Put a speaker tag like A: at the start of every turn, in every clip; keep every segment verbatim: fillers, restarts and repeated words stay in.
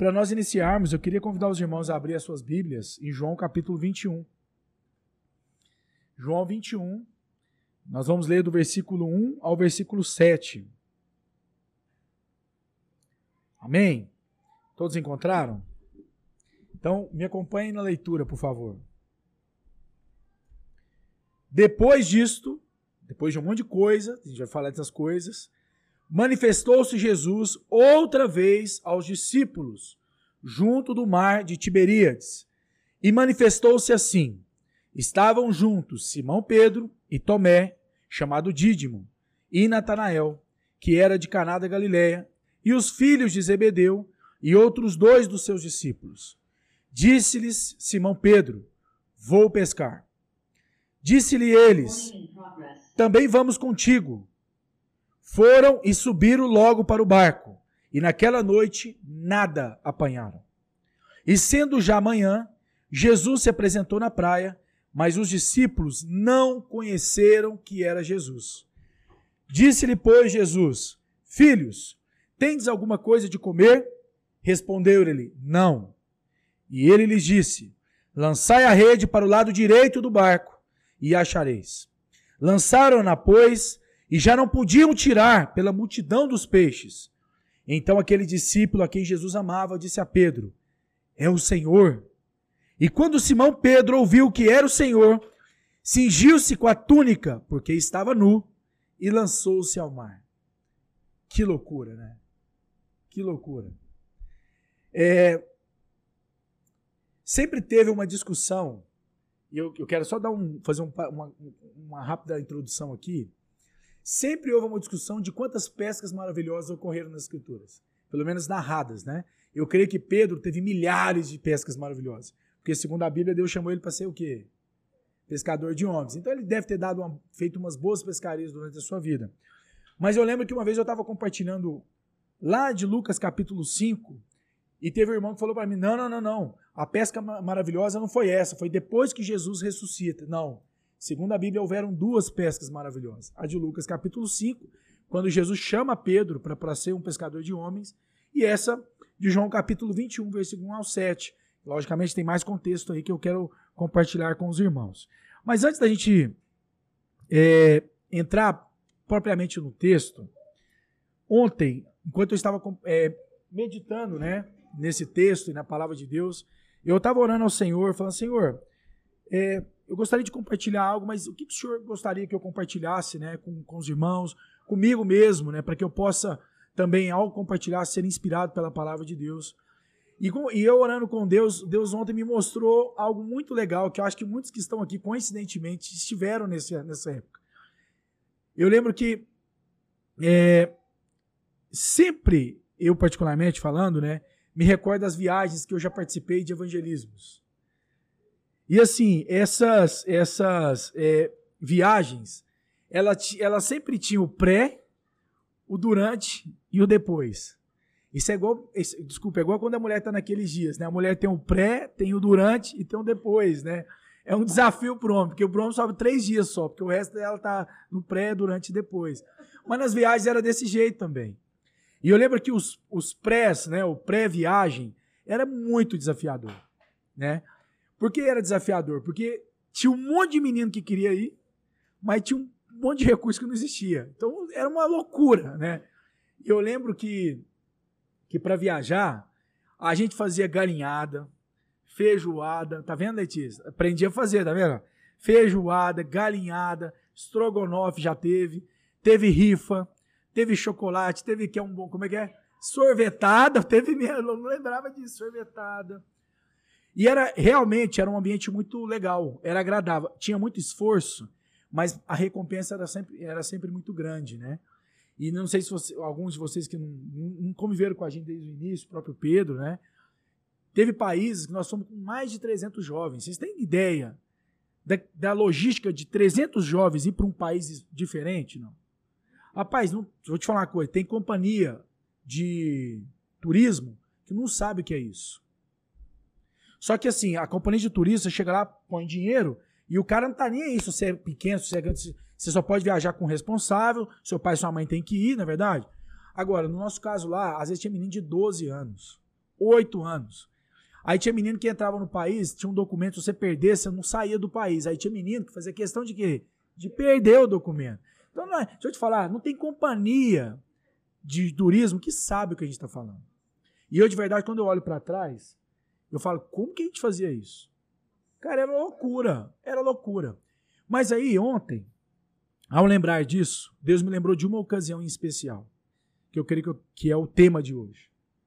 A: para nós iniciarmos, eu queria convidar os irmãos a abrir as suas Bíblias em João capítulo vinte e um. João vinte e um, nós vamos ler do versículo um ao versículo sete. Amém? Todos encontraram? Então, me acompanhem na leitura, por favor. Depois disto, depois de um monte de coisa, a gente vai falar dessas coisas, manifestou-se Jesus outra vez aos discípulos, junto do mar de Tiberíades, e manifestou-se assim. Estavam juntos Simão Pedro e Tomé, chamado Dídimo, e Natanael, que era de Caná da Galileia, e os filhos de Zebedeu, e outros dois dos seus discípulos. Disse-lhes Simão Pedro, vou pescar. Disse-lhe eles, também vamos contigo. Foram e subiram logo para o barco, e naquela noite nada apanharam. E sendo já manhã, Jesus se apresentou na praia, mas os discípulos não conheceram que era Jesus. Disse-lhe, pois, Jesus, filhos, tendes alguma coisa de comer? Respondeu-lhe, não. E ele lhes disse, lançai a rede para o lado direito do barco, e achareis. Lançaram-na, pois, e já não podiam tirar pela multidão dos peixes. Então aquele discípulo a quem Jesus amava disse a Pedro, é o Senhor. E quando Simão Pedro ouviu que era o Senhor, cingiu-se com a túnica, porque estava nu, e lançou-se ao mar. Que loucura, né? Que loucura. É, sempre teve uma discussão, e eu, eu quero só dar um, fazer um, uma, uma rápida introdução aqui. Sempre houve uma discussão de quantas pescas maravilhosas ocorreram nas Escrituras, pelo menos narradas, né? Eu creio que Pedro teve milhares de pescas maravilhosas, porque segundo a Bíblia, Deus chamou ele para ser o quê? Pescador de homens. Então ele deve ter dado uma, feito umas boas pescarias durante a sua vida. Mas eu lembro que uma vez eu estava compartilhando lá de Lucas capítulo cinco, e teve um irmão que falou para mim, não, não, não, não, a pesca maravilhosa não foi essa, foi depois que Jesus ressuscita. Não, segundo a Bíblia, houveram duas pescas maravilhosas. A de Lucas capítulo cinco, quando Jesus chama Pedro para ser um pescador de homens, e essa de João capítulo vinte e um, versículo um ao sete. Logicamente tem mais contexto aí que eu quero compartilhar com os irmãos. Mas antes da gente é, entrar propriamente no texto, ontem, enquanto eu estava é, meditando, né, nesse texto e na palavra de Deus, eu estava orando ao Senhor, falando, Senhor, é, eu gostaria de compartilhar algo, mas o que, que o Senhor gostaria que eu compartilhasse, né, com, com os irmãos, comigo mesmo, né, para que eu possa também, ao compartilhar, ser inspirado pela palavra de Deus. E, com, e eu orando com Deus, Deus ontem me mostrou algo muito legal, que eu acho que muitos que estão aqui, coincidentemente, estiveram nesse, nessa época. Eu lembro que é, sempre, eu particularmente falando, né, me recordo das viagens que eu já participei de evangelismos. E assim, essas, essas é, viagens, ela, ela sempre tinha o pré, o durante e o depois. Isso é igual, desculpa, é igual quando a mulher está naqueles dias, né? A mulher tem o pré, tem o durante e tem o depois, né? É um desafio para o homem, porque o homem sobe três dias só, porque o resto dela está no pré, durante e depois. Mas nas viagens era desse jeito também. E eu lembro que os, os prés, né, o pré-viagem, era muito desafiador, né? Por que era desafiador? Porque tinha um monte de menino que queria ir, mas tinha um monte de recurso que não existia. Então era uma loucura, né? E eu lembro que, que para viajar, a gente fazia galinhada, feijoada, tá vendo, Letícia? Aprendi a fazer, tá vendo? Feijoada, galinhada, estrogonofe já teve, teve rifa, teve chocolate, teve que é um bom, como é que é? Sorvetada, teve mesmo, eu não lembrava disso, sorvetada. E era, realmente, era um ambiente muito legal, era agradável, tinha muito esforço, mas a recompensa era sempre, era sempre muito grande, né? E não sei se você, alguns de vocês que não, não conviveram com a gente desde o início, o próprio Pedro, né? Teve países que nós somos com mais de trezentos jovens. Vocês têm ideia da, da logística de trezentos jovens ir para um país diferente? Não. Rapaz, não, vou te falar uma coisa. Tem companhia de turismo que não sabe o que é isso. Só que assim, a companhia de turista chega lá, põe dinheiro e o cara não tá nem aí se você é pequeno, se você é grande, você só pode viajar com o responsável, seu pai e sua mãe tem que ir, não é verdade? Agora, no nosso caso lá, às vezes tinha menino de doze anos, Oito anos. Aí tinha menino que entrava no país, tinha um documento, se você perdesse, você não saía do país. Aí tinha menino que fazia questão de quê? De perder o documento. Então, não é, deixa eu te falar, não tem companhia de turismo que sabe o que a gente está falando. E eu, de verdade, quando eu olho para trás, eu falo, como que a gente fazia isso? Cara, era loucura, era loucura. Mas aí, ontem, ao lembrar disso, Deus me lembrou de uma ocasião em especial, que eu creio que, eu, que é o tema de hoje.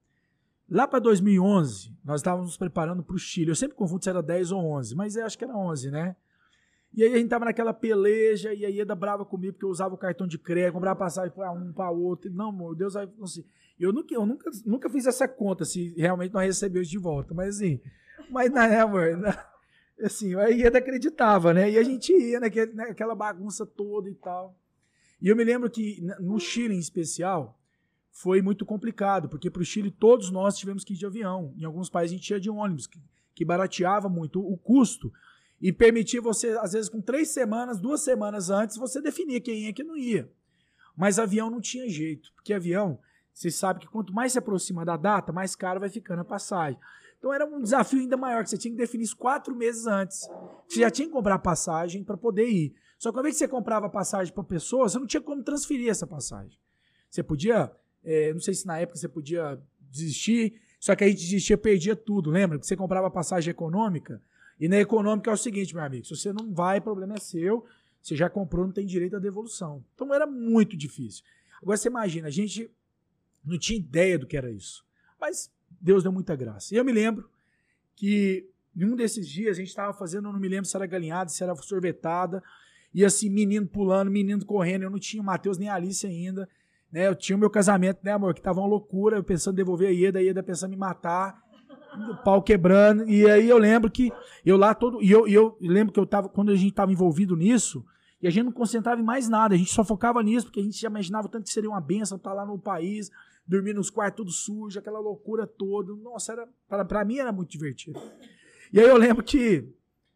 A: Lá para dois mil e onze, nós estávamos nos preparando para o Chile. Eu sempre confundo se era dez ou onze, mas eu acho que era onze, né? E aí a gente estava naquela peleja, e a Ieda brava comigo, porque eu usava o cartão de crédito, comprava passagem para um, para outro. Não, amor, Deus vai... Assim, eu nunca, eu nunca, nunca fiz essa conta, se realmente nós recebemos de volta. Mas assim, mas não, né, amor? Não, assim, a Ieda acreditava, né? E a gente ia naquele, naquela bagunça toda e tal. E eu me lembro que no Chile, em especial, foi muito complicado, porque para o Chile todos nós tivemos que ir de avião. Em alguns países a gente ia de ônibus, que, que barateava muito o custo e permitia você, às vezes, com três semanas, duas semanas antes, você definir quem ia e quem não ia. Mas avião não tinha jeito, porque avião, você sabe que quanto mais se aproxima da data, mais caro vai ficando a passagem. Então era um desafio ainda maior, que você tinha que definir isso quatro meses antes. Você já tinha que comprar passagem para poder ir. Só que uma vez que você comprava passagem para pessoa, você não tinha como transferir essa passagem. Você podia, é, não sei se na época você podia desistir, só que a gente desistia, perdia tudo, lembra? Que você comprava passagem econômica, e na econômica é o seguinte, meu amigo, se você não vai, o problema é seu, você já comprou, não tem direito à devolução. Então era muito difícil. Agora você imagina, a gente não tinha ideia do que era isso, mas Deus deu muita graça. E eu me lembro que em um desses dias a gente estava fazendo, eu não me lembro se era galinhada, se era sorvetada, e assim, menino pulando, menino correndo, eu não tinha o Matheus nem a Alice ainda, né? Eu tinha o meu casamento, né, amor, que tava uma loucura, eu pensando em devolver a Ieda, a Ieda pensando em me matar, o pau quebrando, e aí eu lembro que eu lá todo, e eu, e eu lembro que eu tava, quando a gente estava envolvido nisso, e a gente não concentrava em mais nada, a gente só focava nisso, porque a gente já imaginava tanto que seria uma bênção estar lá no país, dormir nos quartos tudo sujo, aquela loucura toda, nossa, era, para, para mim era muito divertido. E aí eu lembro que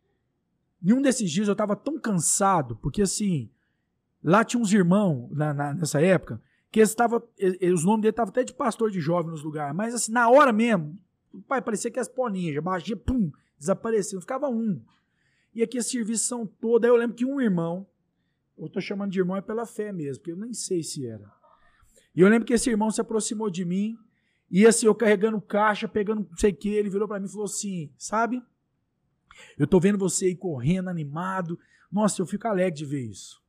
A: em um desses dias eu estava tão cansado, porque assim, lá tinha uns irmãos, na, na, nessa época, que eles estavam, os nomes dele estavam até de pastor de jovem nos lugares, mas assim, na hora mesmo, pai, parecia que as poninhas, já baixia, pum, desapareciam, ficava um. E aqui a servição toda, aí eu lembro que um irmão, eu estou chamando de irmão é pela fé mesmo, porque eu nem sei se era. E eu lembro que esse irmão se aproximou de mim, e assim, eu carregando caixa, pegando não sei o que, ele virou para mim e falou assim, sabe, eu tô vendo você aí correndo, animado, nossa, eu fico alegre de ver isso.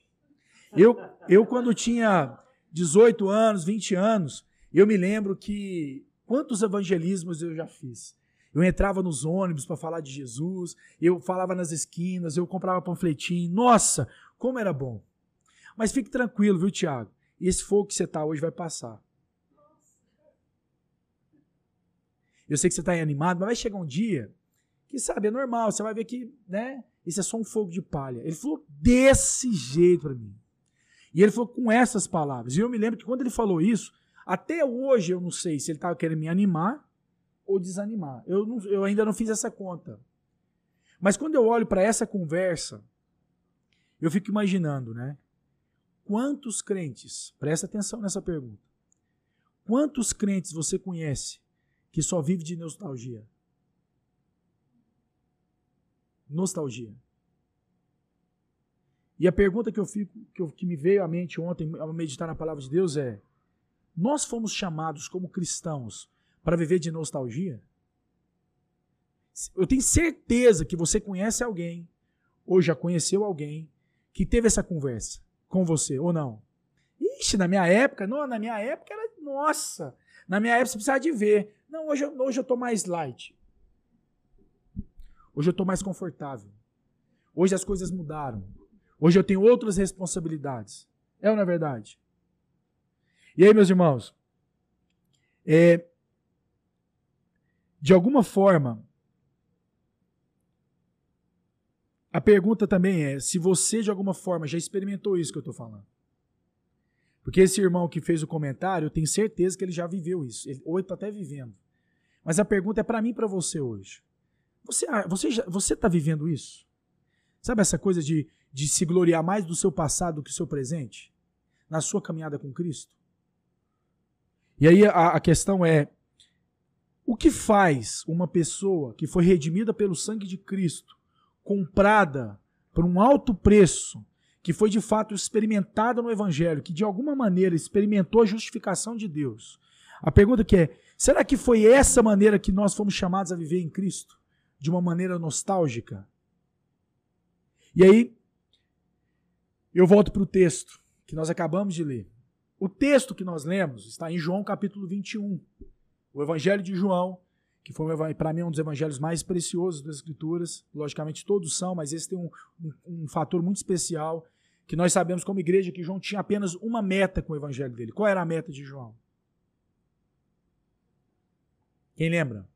A: Eu, eu quando tinha dezoito anos, vinte anos, eu me lembro que quantos evangelismos eu já fiz. Eu entrava nos ônibus para falar de Jesus, eu falava nas esquinas, eu comprava panfletinho, nossa, como era bom. Mas fique tranquilo, viu, Tiago? Esse fogo que você está hoje vai passar. Eu sei que você está animado, mas vai chegar um dia que, sabe, é normal, você vai ver que, né, isso é só um fogo de palha. Ele falou desse jeito para mim. E ele falou com essas palavras. E eu me lembro que quando ele falou isso, até hoje eu não sei se ele estava querendo me animar ou desanimar. Eu, não, eu ainda não fiz essa conta. Mas quando eu olho para essa conversa, eu fico imaginando, né? Quantos crentes, presta atenção nessa pergunta, quantos crentes você conhece que só vive de nostalgia? Nostalgia. E a pergunta que, eu fico, que, eu, que me veio à mente ontem ao meditar na palavra de Deus é: nós fomos chamados como cristãos para viver de nostalgia? Eu tenho certeza que você conhece alguém, ou já conheceu alguém, que teve essa conversa com você, ou não? Ixi, na minha época, não, na minha época era, nossa, na minha época você precisava de ver. Não, hoje eu, hoje eu tô mais light. Hoje eu tô mais confortável. Hoje as coisas mudaram. Hoje eu tenho outras responsabilidades. É ou não é verdade? E aí, meus irmãos, é, de alguma forma, a pergunta também é se você, de alguma forma, já experimentou isso que eu estou falando. Porque esse irmão que fez o comentário, eu tenho certeza que ele já viveu isso. Ele, ou ele está até vivendo. Mas a pergunta é para mim e para você hoje. Você está você você tá vivendo isso? Sabe essa coisa de, de se gloriar mais do seu passado do que do seu presente? Na sua caminhada com Cristo? E aí a, a questão é, O que faz uma pessoa que foi redimida pelo sangue de Cristo, comprada por um alto preço, que foi de fato experimentada no Evangelho, que de alguma maneira experimentou a justificação de Deus? A pergunta que é, será que foi essa maneira que nós fomos chamados a viver em Cristo? De uma maneira nostálgica? E aí, eu volto para o texto que nós acabamos de ler. O texto que nós lemos está em João capítulo vinte e um. O Evangelho de João, que foi para mim um dos evangelhos mais preciosos das Escrituras. Logicamente todos são, mas esse tem um, um, um fator muito especial, que nós sabemos como igreja que João tinha apenas uma meta com o Evangelho dele. Qual era a meta de João? Quem lembra?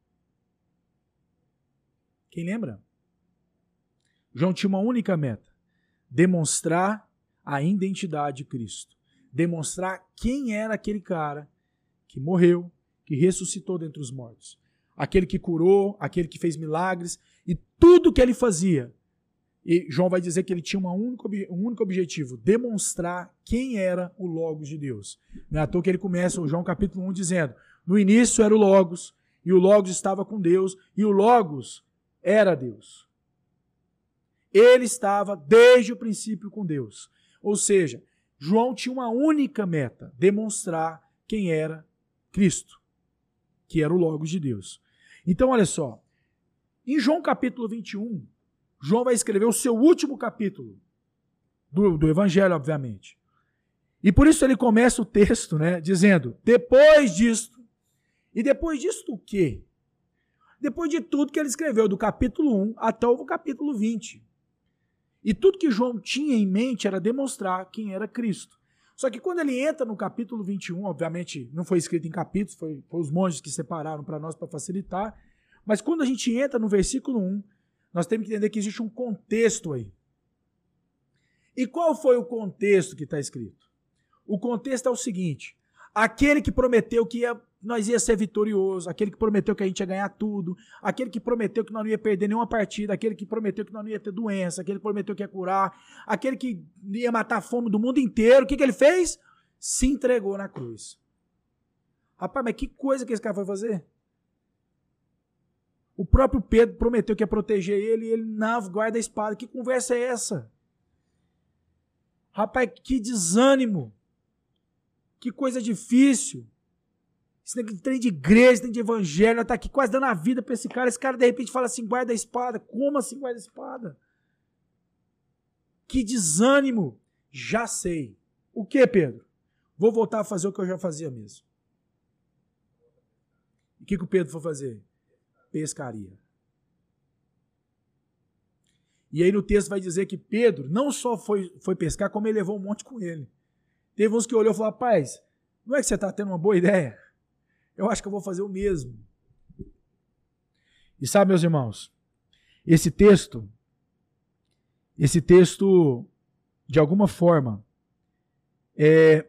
A: Quem lembra? João tinha uma única meta: demonstrar a identidade de Cristo. Demonstrar quem era aquele cara que morreu, que ressuscitou dentre os mortos. Aquele que curou, aquele que fez milagres, e tudo que ele fazia. E João vai dizer que ele tinha uma única, um único objetivo: demonstrar quem era o Logos de Deus. Não é à toa que ele começa o João capítulo um dizendo: no início era o Logos, e o Logos estava com Deus, e o Logos era Deus. Ele estava desde o princípio com Deus. Ou seja, João tinha uma única meta: demonstrar quem era Cristo, que era o Logos de Deus. Então, olha só, em João capítulo vinte e um, João vai escrever o seu último capítulo do, do Evangelho, obviamente. E por isso ele começa o texto, né, dizendo, depois disto, e depois disto o quê? Depois de tudo que ele escreveu, do capítulo um até o capítulo vinte. E tudo que João tinha em mente era demonstrar quem era Cristo. Só que quando ele entra no capítulo vinte e um, obviamente não foi escrito em capítulos, foi, foi os monges que separaram para nós para facilitar, mas quando a gente entra no versículo um, nós temos que entender que existe um contexto aí. E qual foi o contexto que está escrito? O contexto é o seguinte: aquele que prometeu que ia, nós ia ser vitorioso, aquele que prometeu que a gente ia ganhar tudo, aquele que prometeu que nós não ia perder nenhuma partida, aquele que prometeu que nós não ia ter doença, aquele que prometeu que ia curar, aquele que ia matar a fome do mundo inteiro, o que, que ele fez? Se entregou na cruz. Rapaz, mas que coisa que esse cara foi fazer? O próprio Pedro prometeu que ia proteger ele, e ele, não, guarda a espada. Que conversa é essa? Rapaz, que desânimo. Que coisa difícil. Esse trem de igreja, trem de evangelho, está aqui quase dando a vida para esse cara. Esse cara de repente fala assim, guarda a espada. Como assim guarda a espada? Que desânimo. Já sei. O que, Pedro? Vou voltar a fazer o que eu já fazia mesmo. O que, que o Pedro foi fazer? Pescaria. E aí no texto vai dizer que Pedro não só foi, foi pescar, como ele levou um monte com ele. Teve uns que olhou e falou, rapaz, não é que você está tendo uma boa ideia? Eu acho que eu vou fazer o mesmo. E sabe, meus irmãos, esse texto, esse texto, de alguma forma, é,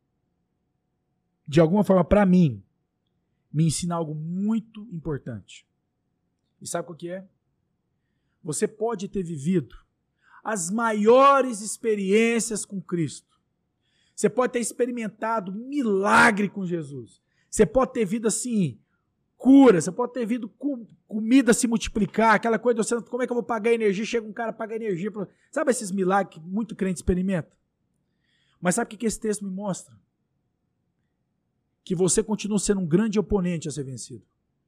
A: de alguma forma, para mim, me ensina algo muito importante. E sabe o que é? Você pode ter vivido as maiores experiências com Cristo. Você pode ter experimentado milagre com Jesus. Você pode ter vindo assim, cura. Você pode ter vindo com comida se multiplicar. Aquela coisa, você, como é que eu vou pagar energia? Chega um cara pagar energia. Pra... Sabe esses milagres que muito crente experimenta? Mas sabe o que esse texto me mostra? Que você continua sendo um grande oponente a ser vencido.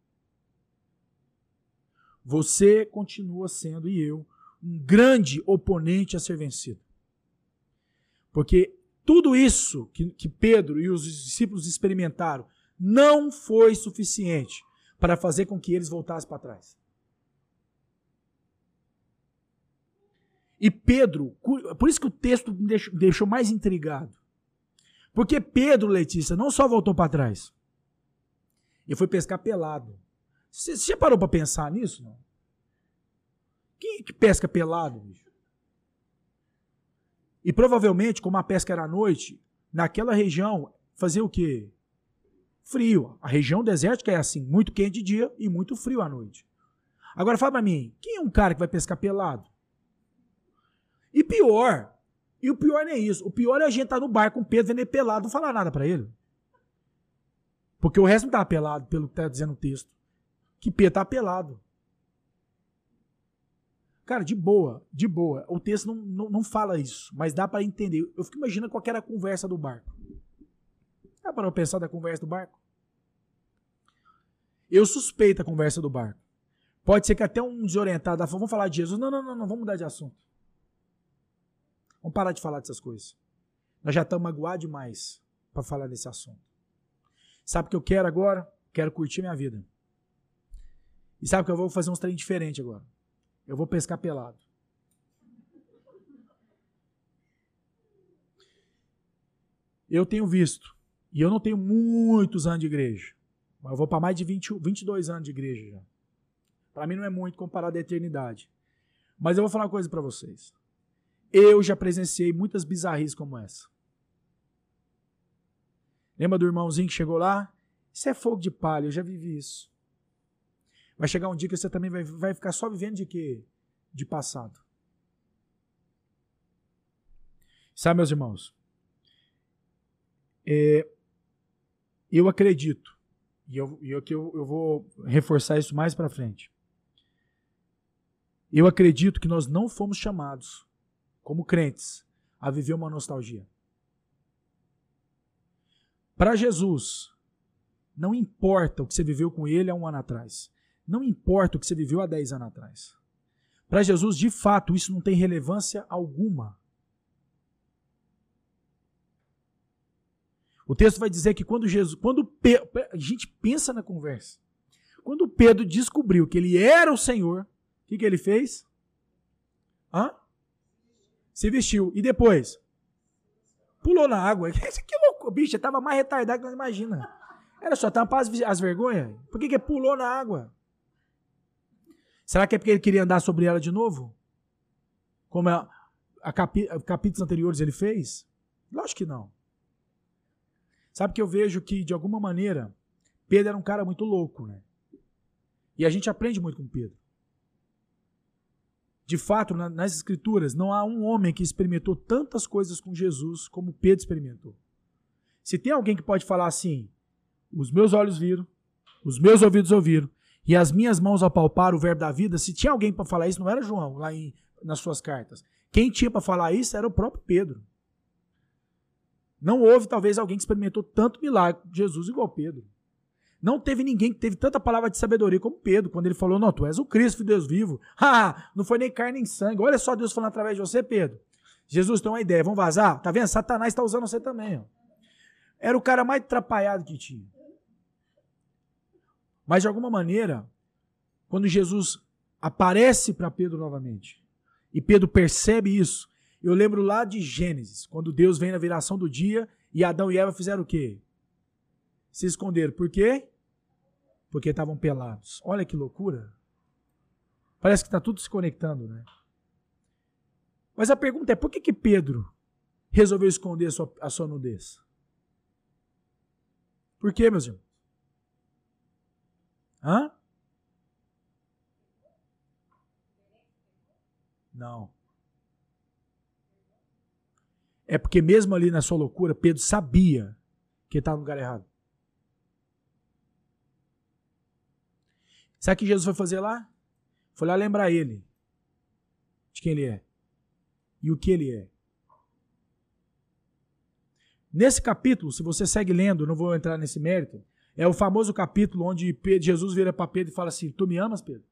A: Você continua sendo, e eu, um grande oponente a ser vencido. Porque tudo isso que, que Pedro e os discípulos experimentaram não foi suficiente para fazer com que eles voltassem para trás. E Pedro, por isso que o texto me deixou, deixou mais intrigado. Porque Pedro, Letícia, não só voltou para trás, ele foi pescar pelado. Você já parou para pensar nisso? Não? Quem é que pesca pelado, bicho? E provavelmente, como a pesca era à noite, naquela região fazia o quê? Frio. A região desértica é assim, muito quente de dia e muito frio à noite. Agora fala para mim, quem é um cara que vai pescar pelado? E pior, e o pior não é isso, o pior é a gente estar no bar com o Pedro vendo ele pelado, não falar nada para ele. Porque o resto não estava pelado, pelo que está dizendo o texto. que Pedro está pelado. Cara, de boa, de boa. O texto não, não, não fala isso, mas dá para entender. Eu fico imaginando qual que era a conversa do barco. Dá para eu pensar da conversa do barco? Eu suspeito a conversa do barco. Pode ser que até um desorientado falou, vamos falar de Jesus. Não, não, não, não, vamos mudar de assunto. Vamos parar de falar dessas coisas. Nós já estamos magoados demais para falar desse assunto. Sabe o que eu quero agora? Quero curtir minha vida. E sabe que eu vou fazer uns trem diferente agora? Eu vou pescar pelado. Eu tenho visto, e eu não tenho muitos anos de igreja, mas eu vou para mais de vinte, vinte e dois anos de igreja já. Para mim não é muito comparado à eternidade. Mas eu vou falar uma coisa para vocês. Eu já presenciei muitas bizarrices como essa. Lembra do irmãozinho que chegou lá? Isso é fogo de palha, eu já vivi isso. Vai chegar um dia que você também vai, vai ficar só vivendo de quê? De passado. Sabe, meus irmãos? É, eu acredito, e eu, eu, eu, eu vou reforçar isso mais para frente. Eu acredito que nós não fomos chamados, como crentes, a viver uma nostalgia. Para Jesus, não importa o que você viveu com ele há um ano atrás. Não importa o que você viveu há dez anos atrás. Para Jesus, de fato, isso não tem relevância alguma. O texto vai dizer que quando Jesus, quando Pedro, a gente pensa na conversa, quando Pedro descobriu que ele era o Senhor, o que, que ele fez? Hã? Se vestiu. E depois? Pulou na água. Que louco, bicho, estava mais retardado que nós imagina. Era só tampar as, as vergonhas. Por que, que pulou na água? Será que é porque ele queria andar sobre ela de novo? Como a, a capi, a capítulos anteriores ele fez? Lógico que não. Sabe que eu vejo que, de alguma maneira, Pedro era um cara muito louco, né? E a gente aprende muito com Pedro. De fato, na, nas Escrituras, não há um homem que experimentou tantas coisas com Jesus como Pedro experimentou. Se tem alguém que pode falar assim, os meus olhos viram, os meus ouvidos ouviram, e as minhas mãos apalparam o verbo da vida, se tinha alguém para falar isso, não era João, lá em, nas suas cartas. Quem tinha para falar isso era o próprio Pedro. Não houve, talvez, alguém que experimentou tanto milagre de Jesus igual Pedro. Não teve ninguém que teve tanta palavra de sabedoria como Pedro, quando ele falou, não, tu és o Cristo, Deus vivo. Ah, não foi nem carne nem sangue. Olha só Deus falando através de você, Pedro. Jesus tem uma ideia, vamos vazar? Tá vendo? Satanás está usando você também. Ó. Era o cara mais atrapalhado que tinha. Mas, de alguma maneira, quando Jesus aparece para Pedro novamente, e Pedro percebe isso, eu lembro lá de Gênesis, quando Deus vem na viração do dia, e Adão e Eva fizeram o quê? Se esconderam. Por quê? Porque estavam pelados. Olha que loucura. Parece que está tudo se conectando, né? Mas a pergunta é, por que que Pedro resolveu esconder a sua, a sua nudez? Por quê, meus irmãos? Hã? Não. É porque mesmo ali na sua loucura, Pedro sabia que ele estava no lugar errado. Sabe o que Jesus foi fazer lá? Foi lá lembrar ele de quem ele é e o que ele é. Nesse capítulo, se você segue lendo, não vou entrar nesse mérito, é o famoso capítulo onde Pedro, Jesus vira para Pedro e fala assim, tu me amas, Pedro?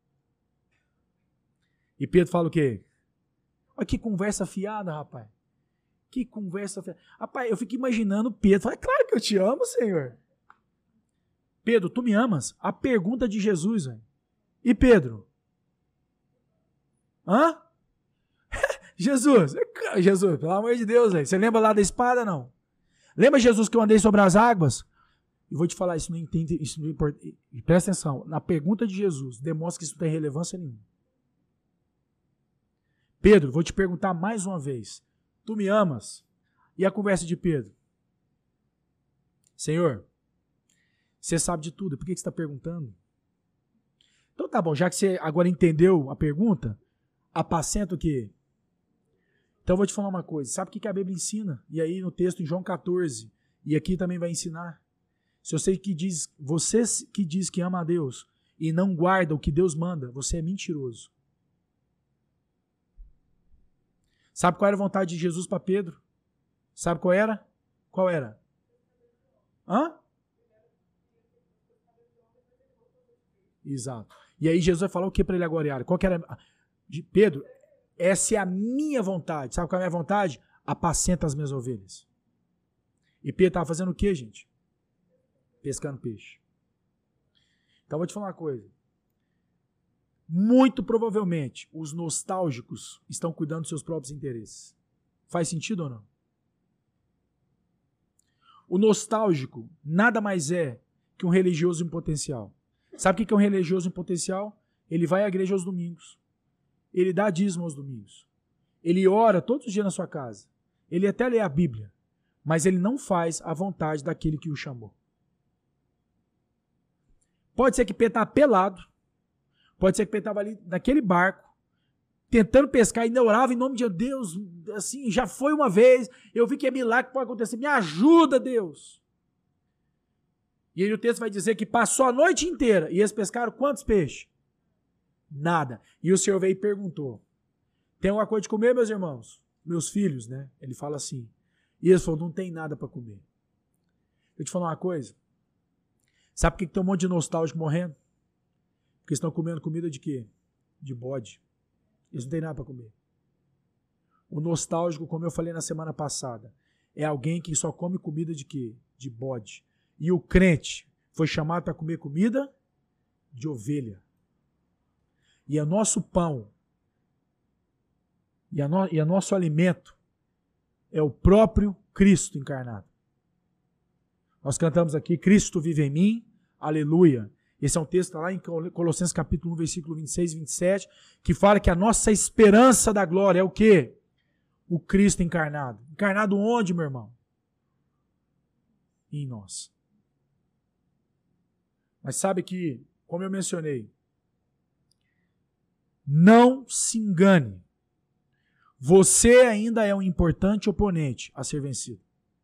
A: E Pedro fala o quê? Olha que conversa fiada, rapaz. Que conversa fiada. Rapaz, eu fico imaginando Pedro. Fala, claro que eu te amo, Senhor. Pedro, tu me amas? A pergunta de Jesus, velho. E Pedro? Hã? Jesus, Jesus, pelo amor de Deus, velho. Você lembra lá da espada, não? Lembra, Jesus, que eu andei sobre as águas? Eu vou te falar, isso não entende, isso não importa. Presta atenção, na pergunta de Jesus, demonstra que isso não tem relevância nenhuma. Pedro, vou te perguntar mais uma vez. Tu me amas? E a conversa de Pedro? Senhor, você sabe de tudo, por que você está perguntando? Então tá bom, já que você agora entendeu a pergunta, apacenta o quê? Então eu vou te falar uma coisa, sabe o que a Bíblia ensina? E aí no texto em João quatorze, e aqui também vai ensinar. Se você que diz, você que diz que ama a Deus e não guarda o que Deus manda, você é mentiroso. Sabe qual era a vontade de Jesus para Pedro? Sabe qual era? Qual era? Hã? Exato. E aí Jesus vai falar o que para ele agora, Yara? Qual que era? De Pedro, essa é a minha vontade. Sabe qual é a minha vontade? Apacenta as minhas ovelhas. E Pedro estava fazendo o que, gente? Pescando peixe. Então, vou te falar uma coisa. Muito provavelmente, os nostálgicos estão cuidando dos seus próprios interesses. Faz sentido ou não? O nostálgico nada mais é que um religioso em potencial. Sabe o que é um religioso em potencial? Ele vai à igreja aos domingos. Ele dá dízimo aos domingos. Ele ora todos os dias na sua casa. Ele até lê a Bíblia. Mas ele não faz a vontade daquele que o chamou. Pode ser que Pedro estava pelado. Pode ser que Pedro estava ali naquele barco, tentando pescar e ainda orava em nome de Deus. Assim, já foi uma vez. Eu vi que é milagre que pode acontecer. Me ajuda, Deus. E aí o texto vai dizer que passou a noite inteira. E eles pescaram quantos peixes? Nada. E o Senhor veio e perguntou: tem alguma coisa de comer, meus irmãos? Meus filhos, né? Ele fala assim. E eles falaram: não tem nada para comer. Eu te falar uma coisa. Sabe por que tem um monte de nostálgico morrendo? Porque estão comendo comida de quê? De bode. Eles não têm nada para comer. O nostálgico, como eu falei na semana passada, é alguém que só come comida de quê? De bode. E o crente foi chamado para comer comida de ovelha. E é nosso pão, e é no, e é nosso alimento, é o próprio Cristo encarnado. Nós cantamos aqui, Cristo vive em mim, aleluia. Esse é um texto lá em Colossenses capítulo um, versículo vinte e seis e vinte e sete, que fala que a nossa esperança da glória é o quê? O Cristo encarnado. Encarnado onde, meu irmão? Em nós. Mas sabe que, como eu mencionei, não se engane. Você ainda é um importante oponente a ser vencido.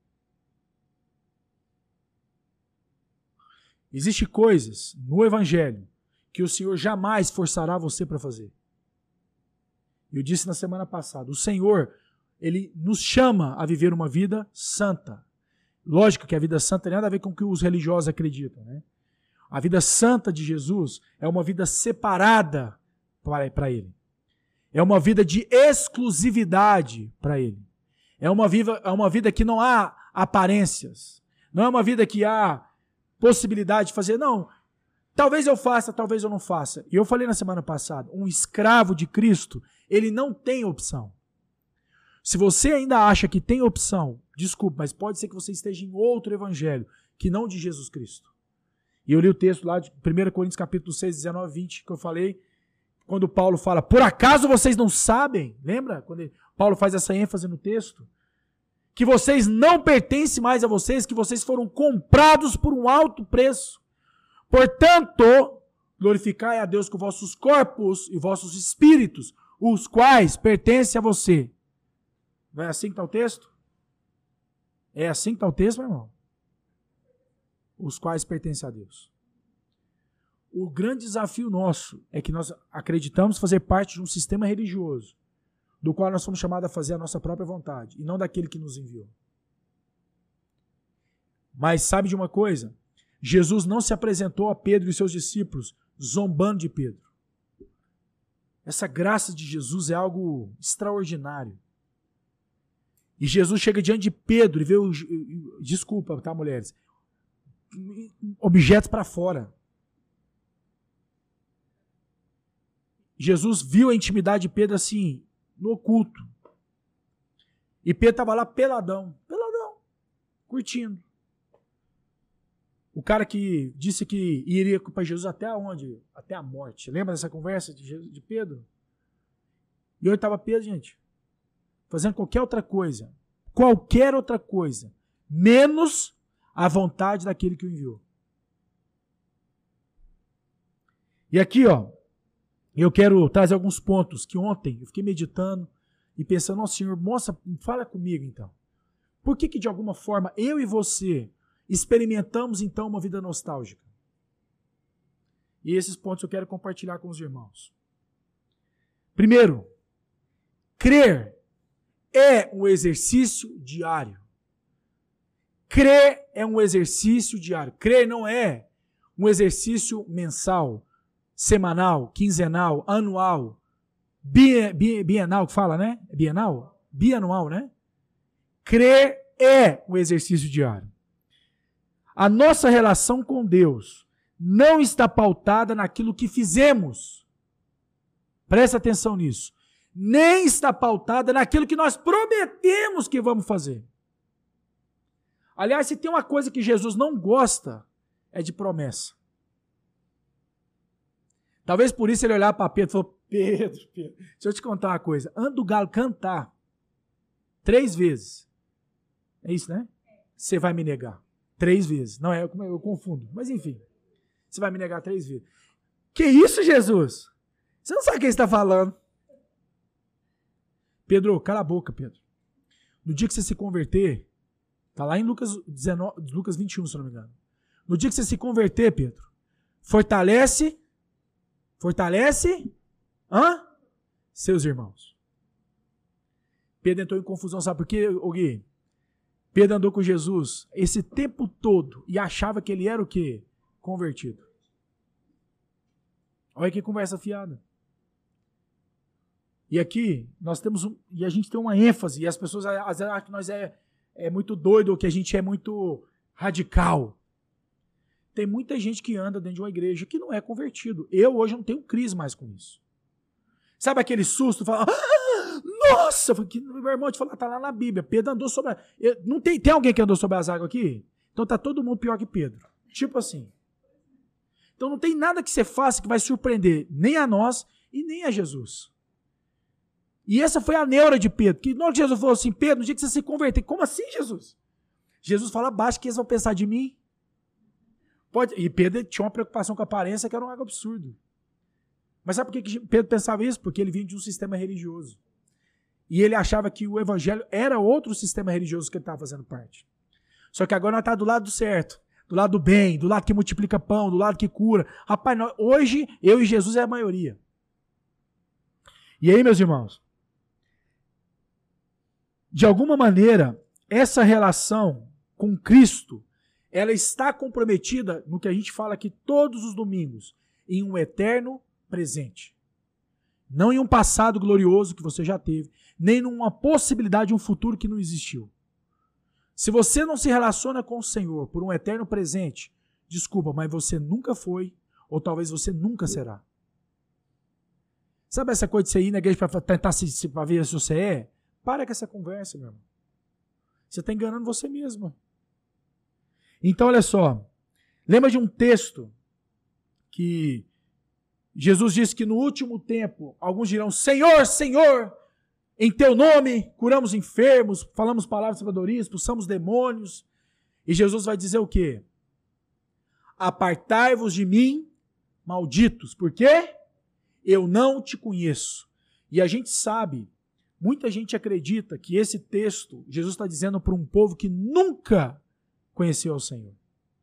A: Existem coisas no Evangelho que o Senhor jamais forçará você para fazer. Eu disse na semana passada, o Senhor, Ele nos chama a viver uma vida santa. Lógico que a vida santa tem nada a ver com o que os religiosos acreditam, né? A vida santa de Jesus é uma vida separada para Ele. É uma vida de exclusividade para Ele. É uma, vida, é uma vida que não há aparências. Não é uma vida que há possibilidade de fazer, não, talvez eu faça, talvez eu não faça. E eu falei na semana passada, um escravo de Cristo, ele não tem opção. Se você ainda acha que tem opção, desculpe, mas pode ser que você esteja em outro evangelho, que não de Jesus Cristo. E eu li o texto lá de primeira Coríntios capítulo seis, dezenove, vinte, que eu falei, quando Paulo fala, por acaso vocês não sabem? Lembra? Quando ele, Paulo faz essa ênfase no texto. Que vocês não pertencem mais a vocês, que vocês foram comprados por um alto preço. Portanto, glorificai a Deus com vossos corpos e vossos espíritos, os quais pertencem a você. Não é assim que está o texto? É assim que está o texto, meu irmão? Os quais pertencem a Deus. O grande desafio nosso é que nós acreditamos fazer parte de um sistema religioso, do qual nós somos chamados a fazer a nossa própria vontade, e não daquele que nos enviou. Mas sabe de uma coisa? Jesus não se apresentou a Pedro e seus discípulos zombando de Pedro. Essa graça de Jesus é algo extraordinário. E Jesus chega diante de Pedro e vê, o, desculpa, tá, mulheres? Objetos para fora. Jesus viu a intimidade de Pedro assim, no oculto. E Pedro estava lá peladão, peladão, curtindo. O cara que disse que iria para Jesus até onde? Até a morte. Lembra dessa conversa de, Jesus, de Pedro? E onde estava Pedro, gente? Fazendo qualquer outra coisa. Qualquer outra coisa. Menos a vontade daquele que o enviou. E aqui, ó. Eu quero trazer alguns pontos que ontem eu fiquei meditando e pensando, nossa, Senhor, mostra, fala comigo então. Por que que de alguma forma eu e você experimentamos então uma vida nostálgica? E esses pontos eu quero compartilhar com os irmãos. Primeiro, crer é um exercício diário. Crer é um exercício diário. Crer não é um exercício mensal, semanal, quinzenal, anual, bienal, que fala, né? Bienal? Bianual, né? Crer é um exercício diário. A nossa relação com Deus não está pautada naquilo que fizemos. Presta atenção nisso. Nem está pautada naquilo que nós prometemos que vamos fazer. Aliás, se tem uma coisa que Jesus não gosta, é de promessa. Talvez por isso ele olhar para Pedro e falou, Pedro, Pedro, deixa eu te contar uma coisa. Anda o galo cantar três vezes. É isso, né? Você vai me negar. Três vezes. Não, é, eu, eu confundo. Mas enfim. Você vai me negar três vezes. Que isso, Jesus? Você não sabe o que você está falando. Pedro, cala a boca, Pedro. No dia que você se converter, está lá em Lucas, dezenove, Lucas vinte e um, se não me engano. No dia que você se converter, Pedro, fortalece, fortalece, hã? Seus irmãos. Pedro entrou em confusão, sabe por quê, Gui? Pedro andou com Jesus esse tempo todo e achava que ele era o quê? Convertido. Olha que conversa fiada. E aqui, nós temos um, e a gente tem uma ênfase, e as pessoas às vezes acham que nós é, é muito doido, ou que a gente é muito radical. Tem muita gente que anda dentro de uma igreja que não é convertido. Eu hoje não tenho crise mais com isso. Sabe aquele susto? Fala, ah, nossa! Meu irmão te falou, tá lá na Bíblia. Pedro andou sobre... A, não tem, tem alguém que andou sobre as águas aqui? Então tá todo mundo pior que Pedro. Tipo assim. Então não tem nada que você faça que vai surpreender nem a nós e nem a Jesus. E essa foi a neura de Pedro. Que na hora que Jesus falou assim, Pedro, no dia que você se converter, como assim, Jesus? Jesus fala baixo que eles vão pensar de mim. Pode, e Pedro tinha uma preocupação com a aparência que era um algo absurdo. Mas sabe por que Pedro pensava isso? Porque ele vinha de um sistema religioso. E ele achava que o evangelho era outro sistema religioso que ele estava fazendo parte. Só que agora nós estamos do lado certo, do lado do bem, do lado que multiplica pão, do lado que cura. Rapaz, nós, hoje eu e Jesus é a maioria. E aí, meus irmãos, de alguma maneira, essa relação com Cristo, ela está comprometida no que a gente fala aqui todos os domingos, em um eterno presente. Não em um passado glorioso que você já teve, nem numa possibilidade de um futuro que não existiu. Se você não se relaciona com o Senhor por um eterno presente, desculpa, mas você nunca foi, ou talvez você nunca será. Sabe essa coisa de você ir na igreja para tentar se, se, para ver se você é? Para com essa conversa, meu irmão. Você está enganando você mesmo. Então, olha só. Lembra de um texto que Jesus disse que no último tempo, alguns dirão, Senhor, Senhor, em teu nome curamos enfermos, falamos palavras de sabedoria, expulsamos demônios. E Jesus vai dizer o quê? Apartai-vos de mim, malditos. Por quê? Eu não te conheço. E a gente sabe, muita gente acredita que esse texto, Jesus está dizendo para um povo que nunca conheceu o Senhor.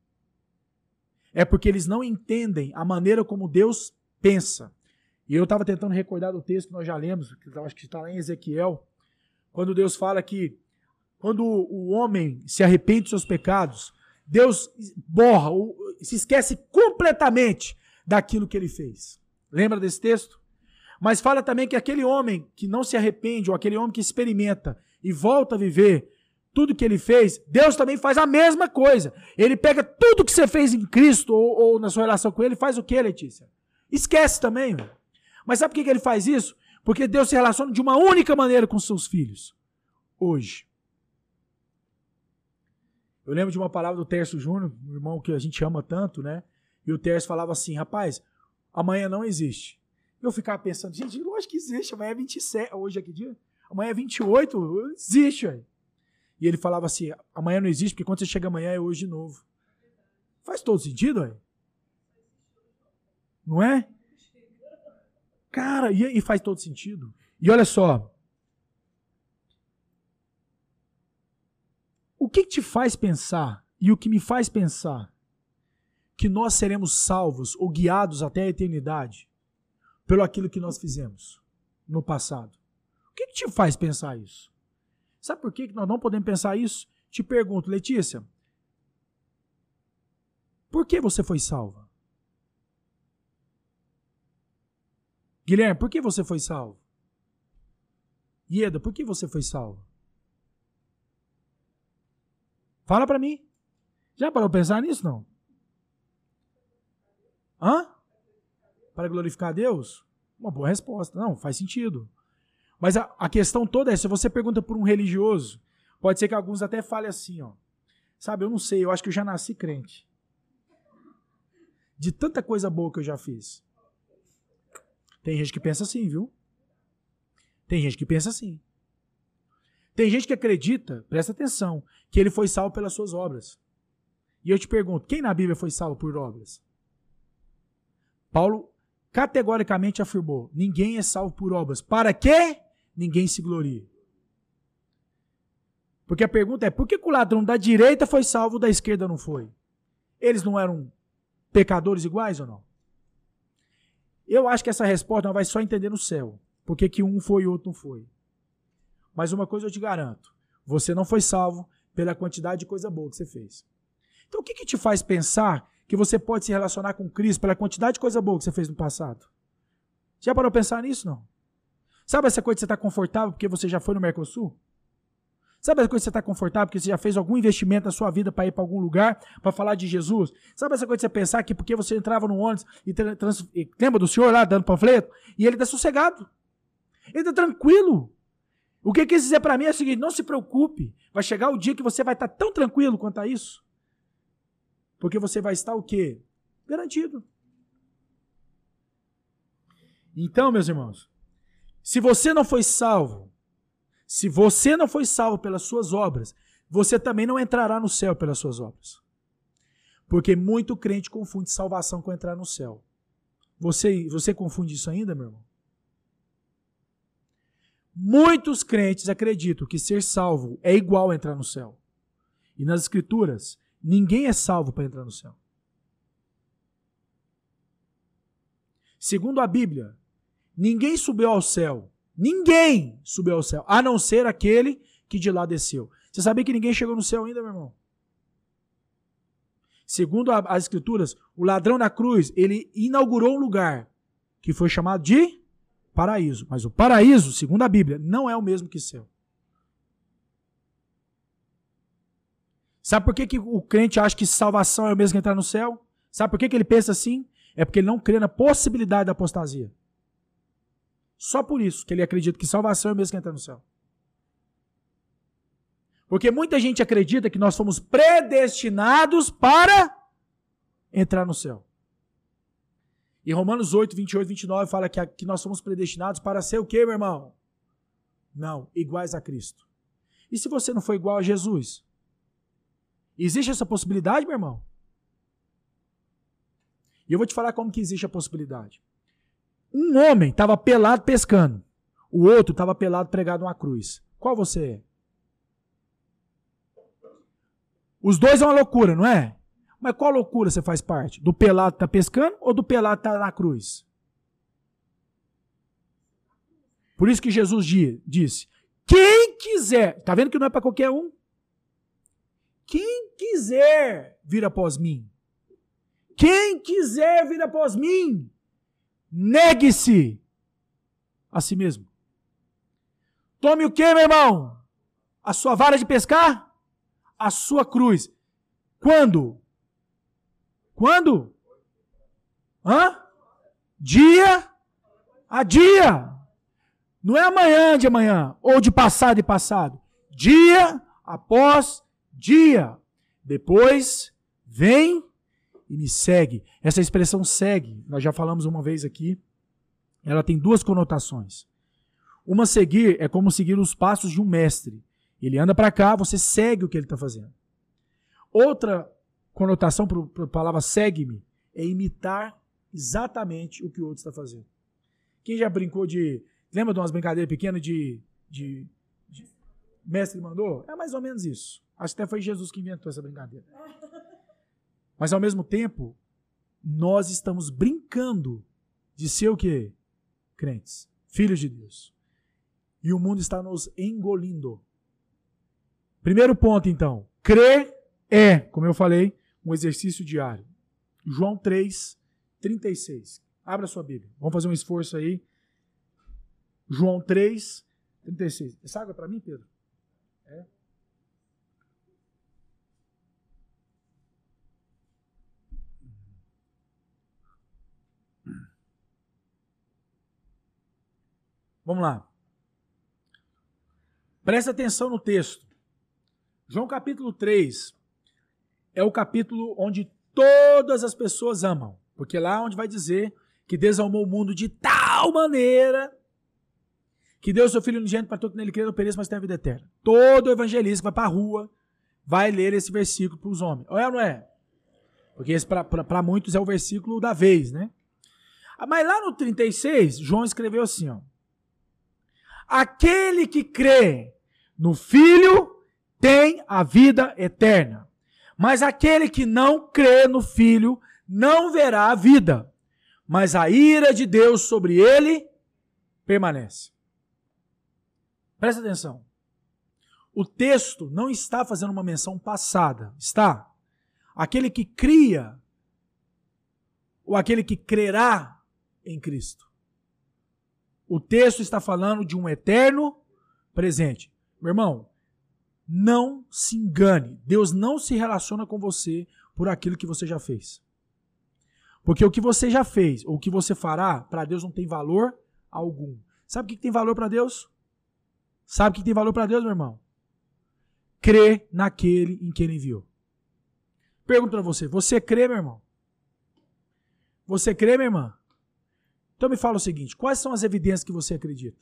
A: É porque eles não entendem a maneira como Deus pensa. E eu estava tentando recordar do texto que nós já lemos, que eu acho que está lá em Ezequiel, quando Deus fala que quando o homem se arrepende dos seus pecados, Deus borra, se esquece completamente daquilo que ele fez. Lembra desse texto? Mas fala também que aquele homem que não se arrepende, ou aquele homem que experimenta e volta a viver tudo que ele fez, Deus também faz a mesma coisa. Ele pega tudo que você fez em Cristo ou, ou na sua relação com ele, faz o que, Letícia? Esquece também. Véio. Mas sabe por que ele faz isso? Porque Deus se relaciona de uma única maneira com seus filhos. Hoje. Eu lembro de uma palavra do Tércio Júnior, um irmão que a gente ama tanto, né? E o Tércio falava assim, rapaz, amanhã não existe. Eu ficava pensando, gente, lógico que existe, amanhã é vinte e sete, hoje é que dia? Amanhã é vinte e oito, existe, velho. E ele falava assim, amanhã não existe, porque quando você chega amanhã é hoje de novo. Faz todo sentido, velho? Não é? Cara, e, e faz todo sentido. E olha só. O que te faz pensar, e o que me faz pensar, que nós seremos salvos ou guiados até a eternidade pelo aquilo que nós fizemos no passado? O que, que te faz pensar isso? Sabe por que nós não podemos pensar isso? Te pergunto, Letícia, por que você foi salva? Guilherme, por que você foi salvo? Ieda, por que você foi salvo? Fala pra mim. Já parou pra pensar nisso, não? Hã? Para glorificar a Deus? Uma boa resposta. Não, faz sentido. Mas a, a questão toda é, se você pergunta por um religioso, pode ser que alguns até falem assim, ó. Sabe, eu não sei, eu acho que eu já nasci crente. De tanta coisa boa que eu já fiz. Tem gente que pensa assim, viu? Tem gente que pensa assim. Tem gente que acredita, presta atenção, que ele foi salvo pelas suas obras. E eu te pergunto, quem na Bíblia foi salvo por obras? Paulo categoricamente afirmou, ninguém é salvo por obras. Para quê? Ninguém se glorie. Porque a pergunta é, por que, que o ladrão da direita foi salvo, da esquerda não foi? Eles não eram pecadores iguais ou não? Eu acho que essa resposta nós vai só entender no céu. Por que que um foi e o outro não foi? Mas uma coisa eu te garanto, você não foi salvo pela quantidade de coisa boa que você fez. Então o que, que te faz pensar que você pode se relacionar com Cristo pela quantidade de coisa boa que você fez no passado? Já parou pra pensar nisso, não? Sabe essa coisa que você está confortável porque você já foi no Mercosul? Sabe essa coisa que você está confortável porque você já fez algum investimento na sua vida para ir para algum lugar, para falar de Jesus? Sabe essa coisa de você pensar que porque você entrava no ônibus e, trans, e lembra do senhor lá dando panfleto? E ele está sossegado. Ele está tranquilo. O que ele quis dizer para mim é o seguinte, não se preocupe, vai chegar o dia que você vai estar tão tranquilo quanto a isso. Porque você vai estar o quê? Garantido. Então, meus irmãos, se você não foi salvo, se você não foi salvo pelas suas obras, você também não entrará no céu pelas suas obras. Porque muito crente confunde salvação com entrar no céu. Você, você confunde isso ainda, meu irmão? Muitos crentes acreditam que ser salvo é igual a entrar no céu. E nas Escrituras, ninguém é salvo para entrar no céu. Segundo a Bíblia, ninguém subiu ao céu. Ninguém subiu ao céu, a não ser aquele que de lá desceu. Você sabia que ninguém chegou no céu ainda, meu irmão? Segundo a, as Escrituras, o ladrão na cruz, ele inaugurou um lugar que foi chamado de paraíso. Mas o paraíso, segundo a Bíblia, não é o mesmo que céu. Sabe por que, que o crente acha que salvação é o mesmo que entrar no céu? Sabe por que, que ele pensa assim? É porque ele não crê na possibilidade da apostasia. Só por isso que ele acredita que salvação é o mesmo que entrar no céu. Porque muita gente acredita que nós fomos predestinados para entrar no céu. E Romanos oito, vinte e oito, vinte e nove fala que, que nós somos predestinados para ser o quê, meu irmão? Não, iguais a Cristo. E se você não for igual a Jesus? Existe essa possibilidade, meu irmão? E eu vou te falar como que existe a possibilidade. Um homem estava pelado pescando. O outro estava pelado pregado numa cruz. Qual você é? Os dois é uma loucura, não é? Mas qual loucura você faz parte? Do pelado que está pescando ou do pelado que está na cruz? Por isso que Jesus disse, quem quiser, está vendo que não é para qualquer um? Quem quiser vir após mim. Quem quiser vir após mim, negue-se a si mesmo. Tome o quê, meu irmão? A sua vara de pescar? A sua cruz. Quando? Quando? Hã? Dia a dia. Não é amanhã de amanhã, ou de passado de passado. Dia após dia. Depois, vem e me segue. Essa expressão segue, nós já falamos uma vez aqui, ela tem duas conotações. Uma, seguir, é como seguir os passos de um mestre. Ele anda para cá, você segue o que ele está fazendo. Outra conotação para a palavra segue-me é imitar exatamente o que o outro está fazendo. Quem já brincou de... Lembra de umas brincadeiras pequenas de, de, de... Mestre mandou? É mais ou menos isso. Acho que até foi Jesus que inventou essa brincadeira. Mas ao mesmo tempo, nós estamos brincando de ser o quê? Crentes, filhos de Deus. E o mundo está nos engolindo. Primeiro ponto, então. Crer é, como eu falei, um exercício diário. João três, trinta e seis. Abra sua Bíblia. Vamos fazer um esforço aí. João três, trinta e seis. Essa água é para mim, Pedro? É. Vamos lá. Presta atenção no texto. João capítulo três é o capítulo onde todas as pessoas amam. Porque lá é onde vai dizer que Deus amou o mundo de tal maneira que deu o seu Filho unigênito para todo que nele crer não pereça, mas tenha a vida eterna. Todo evangelista que vai para a rua vai ler esse versículo para os homens. Ou é ou não é? Porque esse para muitos é o versículo da vez, né? Mas lá no trinta e seis, João escreveu assim, ó. Aquele que crê no Filho tem a vida eterna. Mas aquele que não crê no Filho não verá a vida, mas a ira de Deus sobre ele permanece. Presta atenção. O texto não está fazendo uma menção passada, está? Aquele que cria, ou aquele que crerá em Cristo. O texto está falando de um eterno presente. Meu irmão, não se engane. Deus não se relaciona com você por aquilo que você já fez. Porque o que você já fez, ou o que você fará, para Deus não tem valor algum. Sabe o que tem valor para Deus? Sabe o que tem valor para Deus, meu irmão? Crer naquele em que ele enviou. Pergunto para você, você crê, meu irmão? Você crê, minha irmã? Então me fala o seguinte, quais são as evidências que você acredita?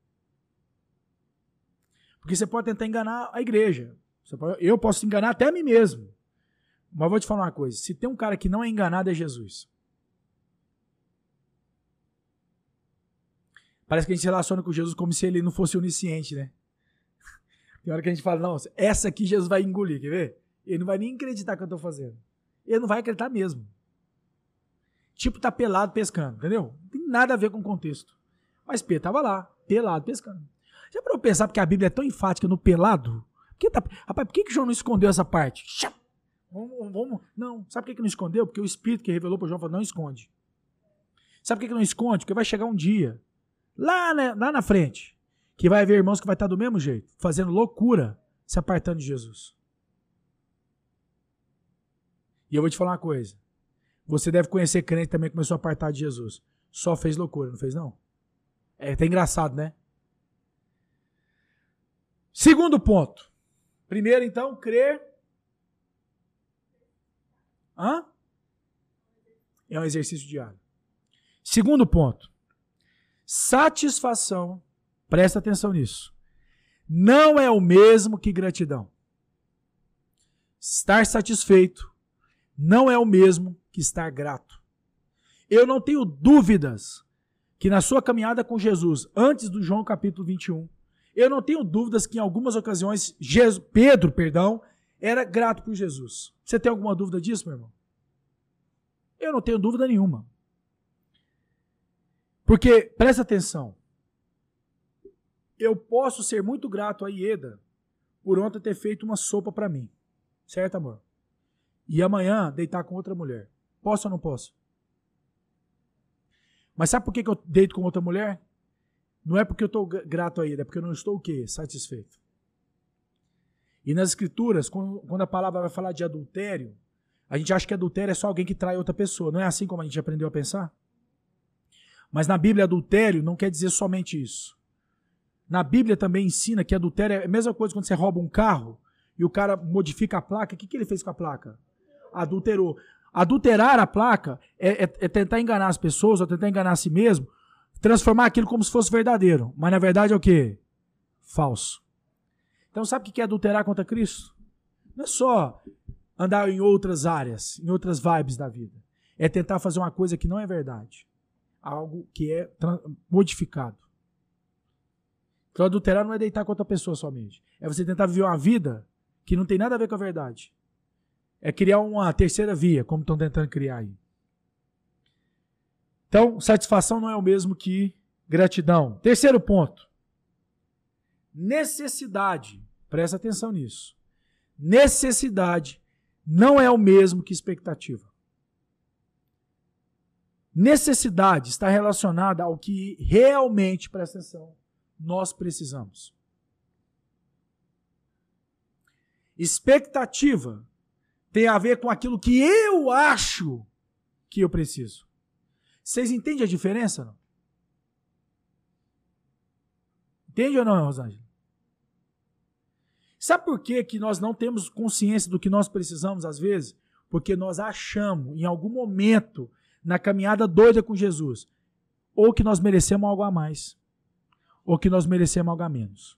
A: Porque você pode tentar enganar a igreja. Você pode, eu posso enganar até a mim mesmo. Mas vou te falar uma coisa, se tem um cara que não é enganado é Jesus. Parece que a gente se relaciona com Jesus como se ele não fosse onisciente, né? Tem hora que a gente fala, não, essa aqui Jesus vai engolir, quer ver? Ele não vai nem acreditar que eu estou fazendo. Ele não vai acreditar mesmo. Tipo, tá pelado pescando, entendeu? Não tem nada a ver com o contexto. Mas Pedro estava lá, pelado pescando. Já para eu pensar, porque a Bíblia é tão enfática no pelado? Porque tá, rapaz, por que, que João não escondeu essa parte? Vamos, vamos, não, sabe por que, que não escondeu? Porque o Espírito que revelou para João falou, não esconde. Sabe por que, que não esconde? Porque vai chegar um dia, lá, né, lá na frente, que vai haver irmãos que vai estar do mesmo jeito, fazendo loucura, se apartando de Jesus. E eu vou te falar uma coisa. Você deve conhecer crente também que começou a apartar de Jesus. Só fez loucura, não fez não? É até engraçado, né? Segundo ponto. Primeiro, então, crer. Hã? É um exercício diário. Segundo ponto. Satisfação. Presta atenção nisso. Não é o mesmo que gratidão. Estar satisfeito não é o mesmo que estar grato. Eu não tenho dúvidas que na sua caminhada com Jesus, antes do João capítulo vinte e um, eu não tenho dúvidas que em algumas ocasiões Jesus, Pedro, perdão, era grato por Jesus. Você tem alguma dúvida disso, meu irmão? Eu não tenho dúvida nenhuma. Porque, presta atenção, eu posso ser muito grato a Ieda por ontem ter feito uma sopa para mim. Certo, amor? E amanhã deitar com outra mulher. Posso ou não posso? Mas sabe por que eu deito com outra mulher? Não é porque eu estou grato a Ieda, é porque eu não estou o quê? Satisfeito. E nas escrituras, quando a palavra vai falar de adultério, a gente acha que adultério é só alguém que trai outra pessoa. Não é assim como a gente aprendeu a pensar? Mas na Bíblia, adultério não quer dizer somente isso. Na Bíblia também ensina que adultério é a mesma coisa quando você rouba um carro e o cara modifica a placa. O que, que ele fez com a placa? Adulterou. Adulterar a placa é, é, é tentar enganar as pessoas, ou tentar enganar a si mesmo, transformar aquilo como se fosse verdadeiro. Mas na verdade é o quê? Falso. Então sabe o que é adulterar contra Cristo? Não é só andar em outras áreas, em outras vibes da vida. É tentar fazer uma coisa que não é verdade. Algo que é modificado. Então adulterar não é deitar com outra pessoa somente. É você tentar viver uma vida que não tem nada a ver com a verdade. É criar uma terceira via, como estão tentando criar aí. Então, satisfação não é o mesmo que gratidão. Terceiro ponto. Necessidade. Presta atenção nisso. Necessidade não é o mesmo que expectativa. Necessidade está relacionada ao que realmente, presta atenção, nós precisamos. Expectativa tem a ver com aquilo que eu acho que eu preciso. Vocês entendem a diferença, não? Entende ou não, Rosângela? Sabe por que que nós não temos consciência do que nós precisamos às vezes? Porque nós achamos, em algum momento, na caminhada doida com Jesus, ou que nós merecemos algo a mais, ou que nós merecemos algo a menos.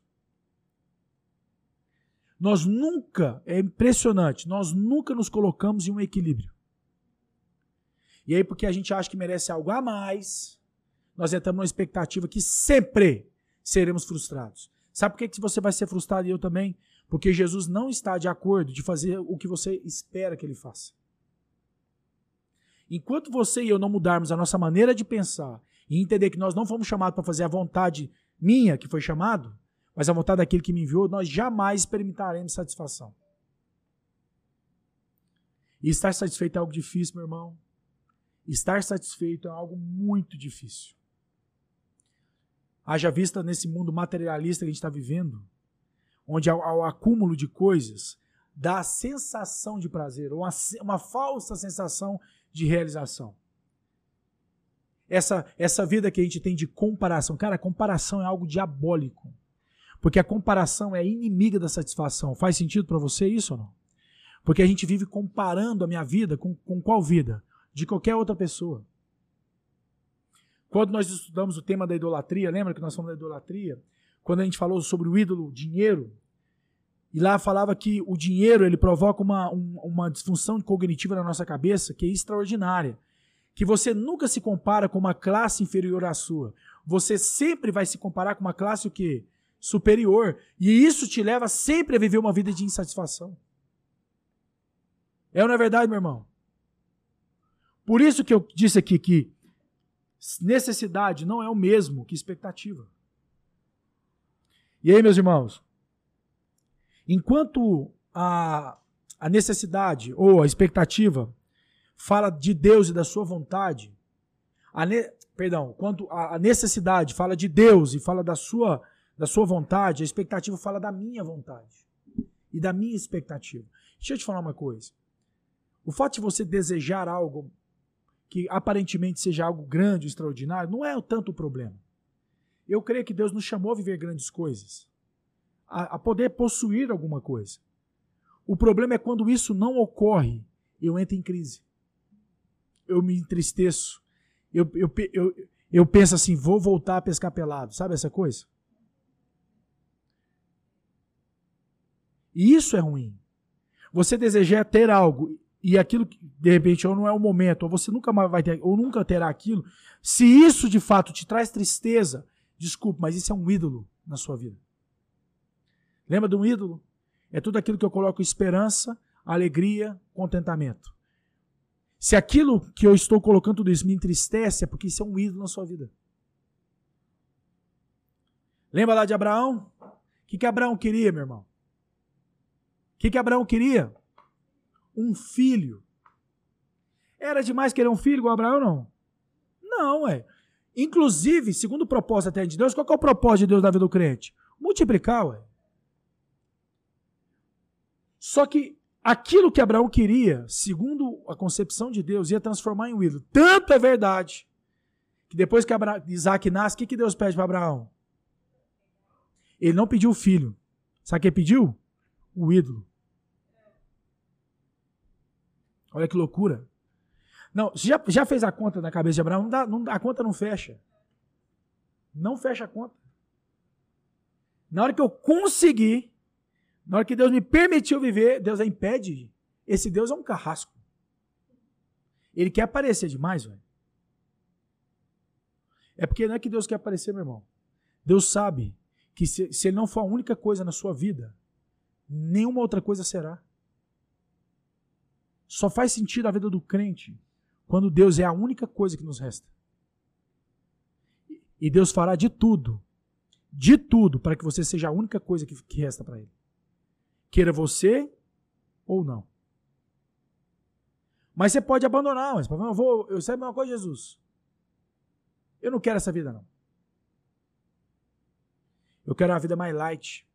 A: Nós nunca, é impressionante, nós nunca nos colocamos em um equilíbrio. E aí, porque a gente acha que merece algo a mais, nós entramos numa expectativa que sempre seremos frustrados. Sabe por que que você vai ser frustrado e eu também? Porque Jesus não está de acordo de fazer o que você espera que ele faça. Enquanto você e eu não mudarmos a nossa maneira de pensar e entender que nós não fomos chamados para fazer a vontade minha, que foi chamado, mas a vontade daquele que me enviou, nós jamais experimentaremos satisfação. E estar satisfeito é algo difícil, meu irmão. Estar satisfeito é algo muito difícil. Haja vista nesse mundo materialista que a gente está vivendo, onde ao, ao acúmulo de coisas dá a sensação de prazer, ou uma, uma falsa sensação de realização. Essa, essa vida que a gente tem de comparação, cara, a comparação é algo diabólico, porque a comparação é inimiga da satisfação. Faz sentido para você isso ou não? Porque a gente vive comparando a minha vida com, com qual vida? De qualquer outra pessoa. Quando nós estudamos o tema da idolatria, lembra que nós falamos da idolatria? Quando a gente falou sobre o ídolo dinheiro, e lá falava que o dinheiro ele provoca uma, um, uma disfunção cognitiva na nossa cabeça que é extraordinária. Que você nunca se compara com uma classe inferior à sua. Você sempre vai se comparar com uma classe o quê? Superior. E isso te leva sempre a viver uma vida de insatisfação. É ou não é verdade, meu irmão? Por isso que eu disse aqui que necessidade não é o mesmo que expectativa. E aí, meus irmãos, enquanto a, a necessidade ou a expectativa fala de Deus e da sua vontade, a ne, perdão, quanto a, a necessidade fala de Deus e fala da sua, da sua vontade, a expectativa fala da minha vontade e da minha expectativa. Deixa eu te falar uma coisa. O fato de você desejar algo que aparentemente seja algo grande, extraordinário, não é tanto o problema. Eu creio que Deus nos chamou a viver grandes coisas, a, a poder possuir alguma coisa. O problema é quando isso não ocorre, eu entro em crise. Eu me entristeço. Eu, eu, eu, eu penso assim, vou voltar a pescar pelado. Sabe essa coisa? E isso é ruim. Você desejar ter algo e aquilo, de repente, ou não é o momento, ou você nunca mais vai ter, ou nunca terá aquilo, se isso de fato te traz tristeza, desculpe, mas isso é um ídolo na sua vida. Lembra de um ídolo? É tudo aquilo que eu coloco esperança, alegria, contentamento. Se aquilo que eu estou colocando tudo isso me entristece, é porque isso é um ídolo na sua vida. Lembra lá de Abraão? O que, que Abraão queria, meu irmão? O que, que Abraão queria? Um filho. Era demais querer um filho igual Abraão, não? Não, é. Inclusive, segundo o propósito até de Deus, qual que é o propósito de Deus na vida do crente? Multiplicar, ué. Só que aquilo que Abraão queria, segundo a concepção de Deus, ia transformar em um ídolo. Tanto é verdade que depois que Abra... Isaac nasce, o que, que Deus pede para Abraão? Ele não pediu o filho. Sabe o que ele pediu? O ídolo. Olha que loucura. Não, você já, já fez a conta na cabeça de Abraão? Não dá, não, a conta não fecha. Não fecha a conta. Na hora que eu conseguir, na hora que Deus me permitiu viver, Deus a impede. Esse Deus é um carrasco. Ele quer aparecer demais, velho. É porque não é que Deus quer aparecer, meu irmão. Deus sabe que se, se Ele não for a única coisa na sua vida, nenhuma outra coisa será. Só faz sentido a vida do crente quando Deus é a única coisa que nos resta. E Deus fará de tudo, de tudo, para que você seja a única coisa que, que resta para Ele. Queira você ou não. Mas você pode abandonar, mas eu vou, eu sei a mesma coisa, Jesus. Eu não quero essa vida, não. Eu quero uma vida mais light.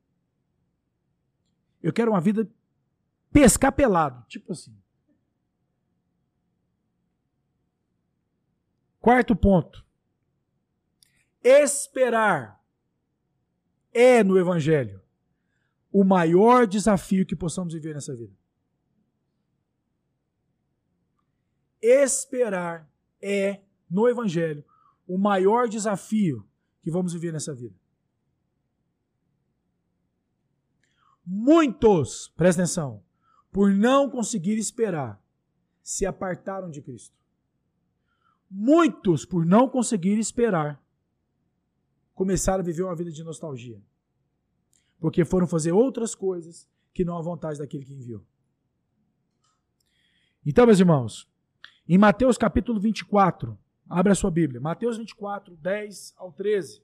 A: Eu quero uma vida pescar pelado, tipo assim. Quarto ponto. Esperar é, no Evangelho, o maior desafio que possamos viver nessa vida. Esperar é, no Evangelho, o maior desafio que vamos viver nessa vida. Muitos, presta atenção, por não conseguir esperar, se apartaram de Cristo. Muitos, por não conseguir esperar, começaram a viver uma vida de nostalgia. Porque foram fazer outras coisas que não a vontade daquele que enviou. Então, meus irmãos, em Mateus capítulo vinte e quatro, abre a sua Bíblia, Mateus vinte e quatro, dez ao treze.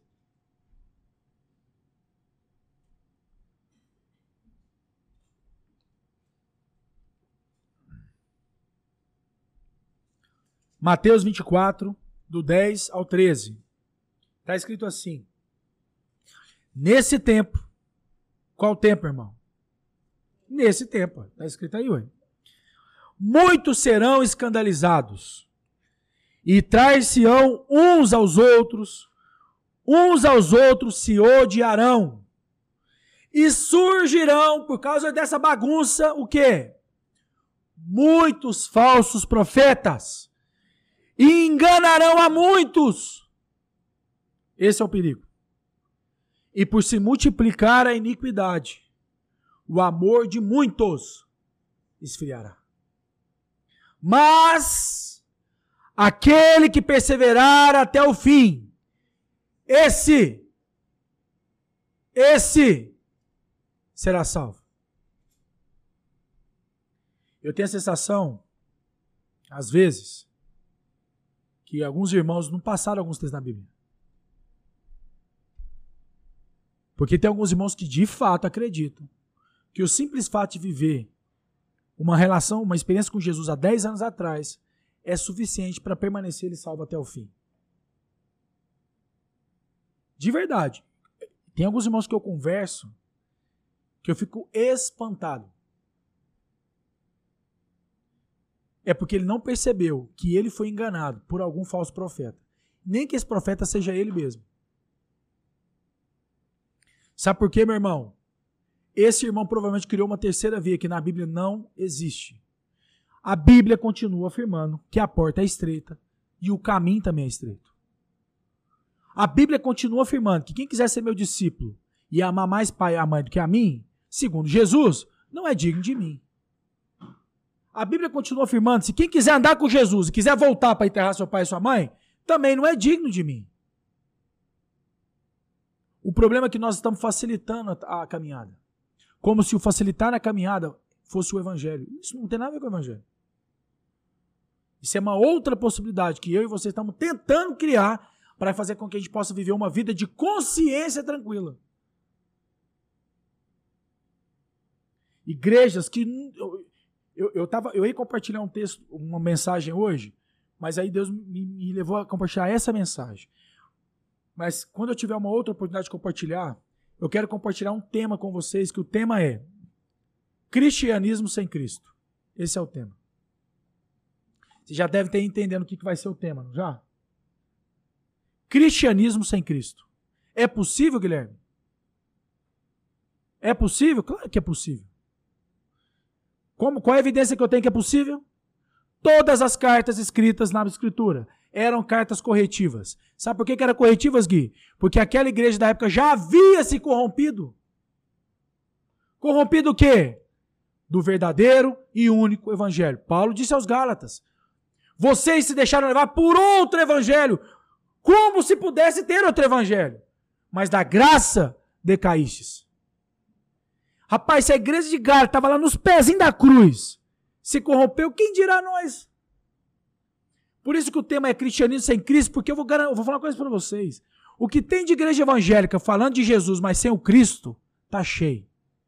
A: Mateus vinte e quatro, do dez ao treze. Está escrito assim. Nesse tempo, qual tempo, irmão? Nesse tempo, está escrito aí, ué. Muitos serão escandalizados e trair-se-ão uns aos outros, uns aos outros se odiarão e surgirão, por causa dessa bagunça, o quê? Muitos falsos profetas e enganarão a muitos. Esse é o perigo. E por se multiplicar a iniquidade, o amor de muitos esfriará. Mas aquele que perseverar até o fim, esse, esse será salvo. Eu tenho a sensação, às vezes, que alguns irmãos não passaram alguns textos na Bíblia. Porque tem alguns irmãos que de fato acreditam que o simples fato de viver uma relação, uma experiência com Jesus há dez anos atrás é suficiente para permanecer ele salvo até o fim. De verdade. Tem alguns irmãos que eu converso que eu fico espantado. É porque ele não percebeu que ele foi enganado por algum falso profeta. Nem que esse profeta seja ele mesmo. Sabe por quê, meu irmão? Esse irmão provavelmente criou uma terceira via que na Bíblia não existe. A Bíblia continua afirmando que a porta é estreita e o caminho também é estreito. A Bíblia continua afirmando que quem quiser ser meu discípulo e amar mais pai e a mãe do que a mim, segundo Jesus, não é digno de mim. A Bíblia continua afirmando que se quem quiser andar com Jesus e quiser voltar para enterrar seu pai e sua mãe, também não é digno de mim. O problema é que nós estamos facilitando a, a caminhada. Como se o facilitar a caminhada fosse o Evangelho. Isso não tem nada a ver com o Evangelho. Isso é uma outra possibilidade que eu e você estamos tentando criar para fazer com que a gente possa viver uma vida de consciência tranquila. Igrejas que... Eu, eu, eu, tava, eu ia compartilhar um texto, uma mensagem hoje, mas aí Deus me, me levou a compartilhar essa mensagem. Mas quando eu tiver uma outra oportunidade de compartilhar, eu quero compartilhar um tema com vocês, que o tema é Cristianismo sem Cristo. Esse é o tema. Você já deve ter entendendo o que vai ser o tema, não já? Cristianismo sem Cristo. É possível, Guilherme? É possível? Claro que é possível. Como, qual é a evidência que eu tenho que é possível? Todas as cartas escritas na Escritura eram cartas corretivas. Sabe por que eram corretivas, Gui? Porque aquela igreja da época já havia se corrompido. Corrompido o quê? Do verdadeiro e único evangelho. Paulo disse aos Gálatas: vocês se deixaram levar por outro evangelho, como se pudesse ter outro evangelho. Mas da graça decaístes. Rapaz, se a igreja de Gálatas estava lá nos pezinhos da cruz, se corrompeu, quem dirá nós? Por isso que o tema é cristianismo sem Cristo, porque eu vou, eu vou falar uma coisa para vocês. O que tem de igreja evangélica falando de Jesus, mas sem o Cristo, tá cheio.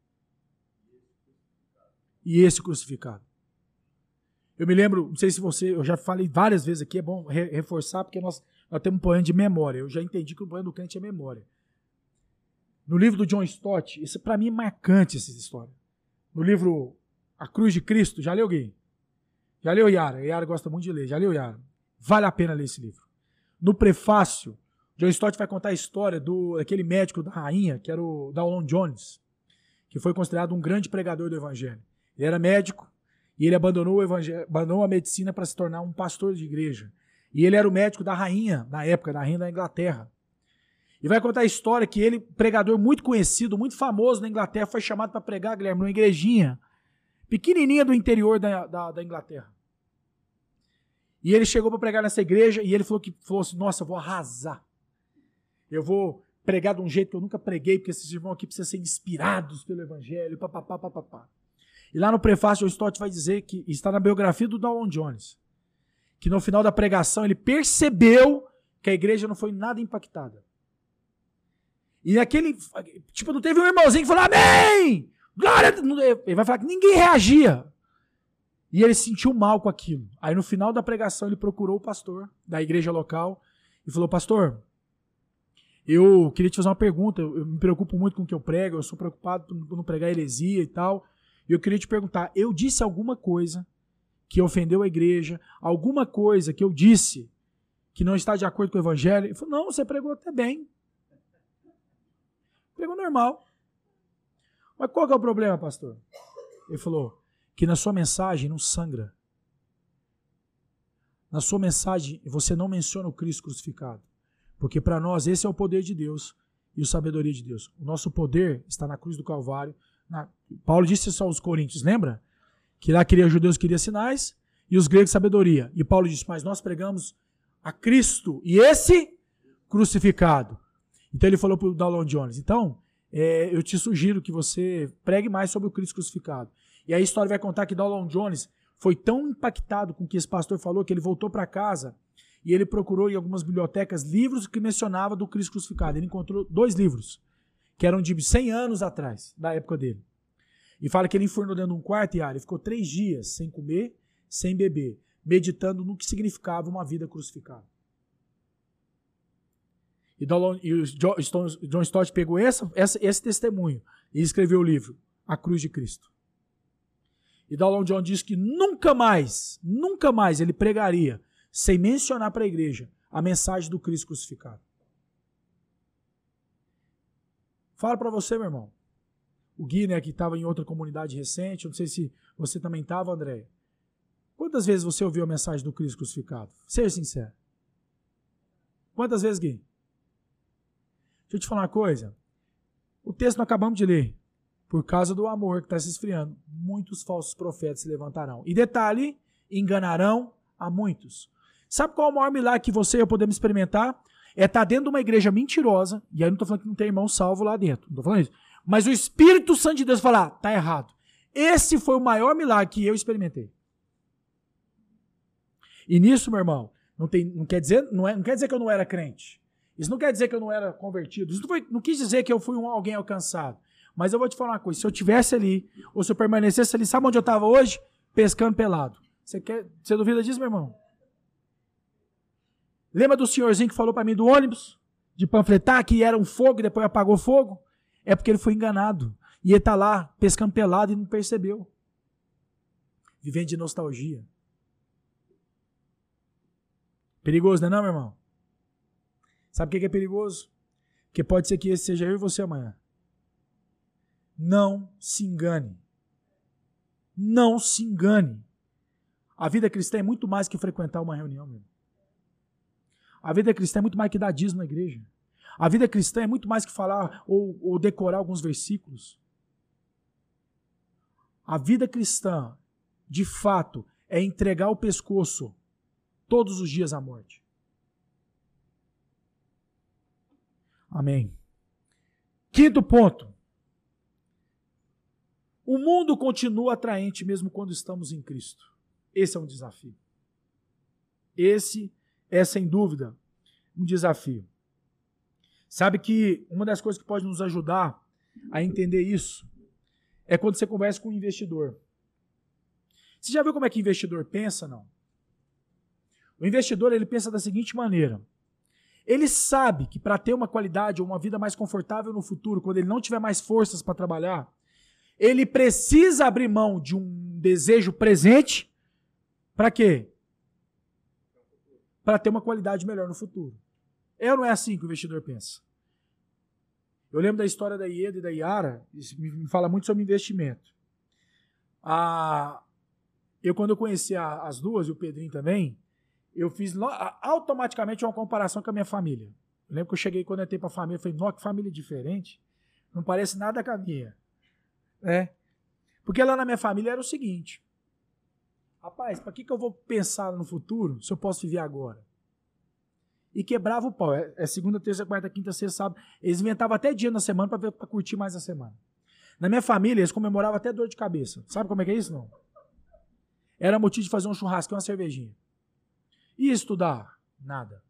A: E esse crucificado. Eu me lembro, não sei se você, eu já falei várias vezes aqui, é bom re reforçar, porque nós, nós temos um poema de memória. Eu já entendi que o poema do crente é memória. No livro do John Stott, isso para mim é marcante, essa história. No livro A Cruz de Cristo, já leu, Gui? Já leu, Yara? Yara gosta muito de ler. Já leu, Yara? Vale a pena ler esse livro. No prefácio, John Stott vai contar a história do, daquele médico da rainha, que era o Dowland Jones, que foi considerado um grande pregador do evangelho. Ele era médico e ele abandonou, o evangelho, abandonou a medicina para se tornar um pastor de igreja. E ele era o médico da rainha, na época, da rainha da Inglaterra. E vai contar a história que ele, pregador muito conhecido, muito famoso na Inglaterra, foi chamado para pregar, Guilherme, numa igrejinha pequenininha do interior da, da, da Inglaterra. E ele chegou para pregar nessa igreja e ele falou, que, falou assim, nossa, eu vou arrasar. Eu vou pregar de um jeito que eu nunca preguei, porque esses irmãos aqui precisam ser inspirados pelo evangelho, papapá, papapá. E lá no prefácio, o Stott vai dizer que está na biografia do Dowland Jones, que no final da pregação ele percebeu que a igreja não foi nada impactada. E aquele, tipo, não teve um irmãozinho que falou, amém! Glória! Ele vai falar que ninguém reagia. E ele se sentiu mal com aquilo. Aí no final da pregação ele procurou o pastor da igreja local e falou, pastor, eu queria te fazer uma pergunta, eu me preocupo muito com o que eu prego, eu sou preocupado por não pregar heresia e tal. E eu queria te perguntar, eu disse alguma coisa que ofendeu a igreja, alguma coisa que eu disse que não está de acordo com o evangelho? Ele falou, não, você pregou até bem. Pregou normal. Mas qual que é o problema, pastor? Ele falou que na sua mensagem não sangra. Na sua mensagem você não menciona o Cristo crucificado. Porque para nós esse é o poder de Deus e a sabedoria de Deus. O nosso poder está na cruz do Calvário. Na... Paulo disse isso aos Coríntios, lembra? Que lá queria judeus, queria sinais, e os gregos sabedoria. E Paulo disse, mas nós pregamos a Cristo e esse crucificado. Então ele falou para o Dowland Jones, então é, eu te sugiro que você pregue mais sobre o Cristo crucificado. E aí a história vai contar que Dowland Jones foi tão impactado com o que esse pastor falou que ele voltou para casa e ele procurou em algumas bibliotecas livros que mencionavam do Cristo crucificado. Ele encontrou dois livros, que eram de cem anos atrás, da época dele. E fala que ele enfurnou dentro de um quarto e ele ficou três dias sem comer, sem beber, meditando no que significava uma vida crucificada. E, Dowland, e o John Stott pegou essa, essa, esse testemunho e escreveu o livro, A Cruz de Cristo. E Dowland Jones diz que nunca mais, nunca mais ele pregaria sem mencionar para a igreja a mensagem do Cristo crucificado. Fala para você, meu irmão. O Gui, né, que estava em outra comunidade recente, eu não sei se você também estava, André. Quantas vezes você ouviu a mensagem do Cristo crucificado? Seja sincero. Quantas vezes, Gui? Deixa eu te falar uma coisa. O texto nós acabamos de ler. Por causa do amor que está se esfriando, muitos falsos profetas se levantarão. E detalhe, enganarão a muitos. Sabe qual é o maior milagre que você e eu podemos experimentar? É estar dentro de uma igreja mentirosa, e aí não estou falando que não tem irmão salvo lá dentro, não estou falando isso. Mas o Espírito Santo de Deus falar, está errado. Esse foi o maior milagre que eu experimentei. E nisso, meu irmão, não, tem, não, quer dizer, não, é, não quer dizer que eu não era crente. Isso não quer dizer que eu não era convertido. Isso não, foi, não quis dizer que eu fui um, alguém alcançado. Mas eu vou te falar uma coisa, se eu estivesse ali, ou se eu permanecesse ali, sabe onde eu estava hoje? Pescando pelado. Você, quer, você duvida disso, meu irmão? Lembra do senhorzinho que falou para mim do ônibus? De panfletar que era um fogo e depois apagou fogo? É porque ele foi enganado. E ele está lá pescando pelado e não percebeu. Vivendo de nostalgia. Perigoso, não é não, meu irmão? Sabe o que é perigoso? Porque pode ser que esse seja eu e você amanhã. Não se engane. Não se engane. A vida cristã é muito mais que frequentar uma reunião, meu. A vida cristã é muito mais que dar dízimo na igreja. A vida cristã é muito mais que falar ou, ou decorar alguns versículos. A vida cristã, de fato, é entregar o pescoço todos os dias à morte. Amém. Quinto ponto. O mundo continua atraente mesmo quando estamos em Cristo. Esse é um desafio. Esse é, sem dúvida, um desafio. Sabe que uma das coisas que pode nos ajudar a entender isso é quando você conversa com um investidor. Você já viu como é que o investidor pensa, não? O investidor, ele pensa da seguinte maneira. Ele sabe que para ter uma qualidade ou uma vida mais confortável no futuro, quando ele não tiver mais forças para trabalhar, ele precisa abrir mão de um desejo presente. Para quê? Para ter uma qualidade melhor no futuro. É ou não é assim que o investidor pensa? Eu lembro da história da Ieda e da Yara, isso me fala muito sobre investimento. Ah, eu, quando eu conheci a, as duas, e o Pedrinho também, eu fiz automaticamente uma comparação com a minha família. Eu lembro que eu cheguei, quando eu entrei para a família, eu falei, nossa, que família diferente. Não parece nada com a minha. É. Porque lá na minha família era o seguinte. Rapaz, para que, que eu vou pensar no futuro se eu posso viver agora? E quebrava o pau. É, é segunda, terça, quarta, quinta, sexta, sábado. Eles inventavam até dia na semana para curtir mais a semana. Na minha família, eles comemoravam até dor de cabeça. Sabe como é que é isso, não? Era motivo de fazer um churrasco e uma cervejinha. E estudar? Nada.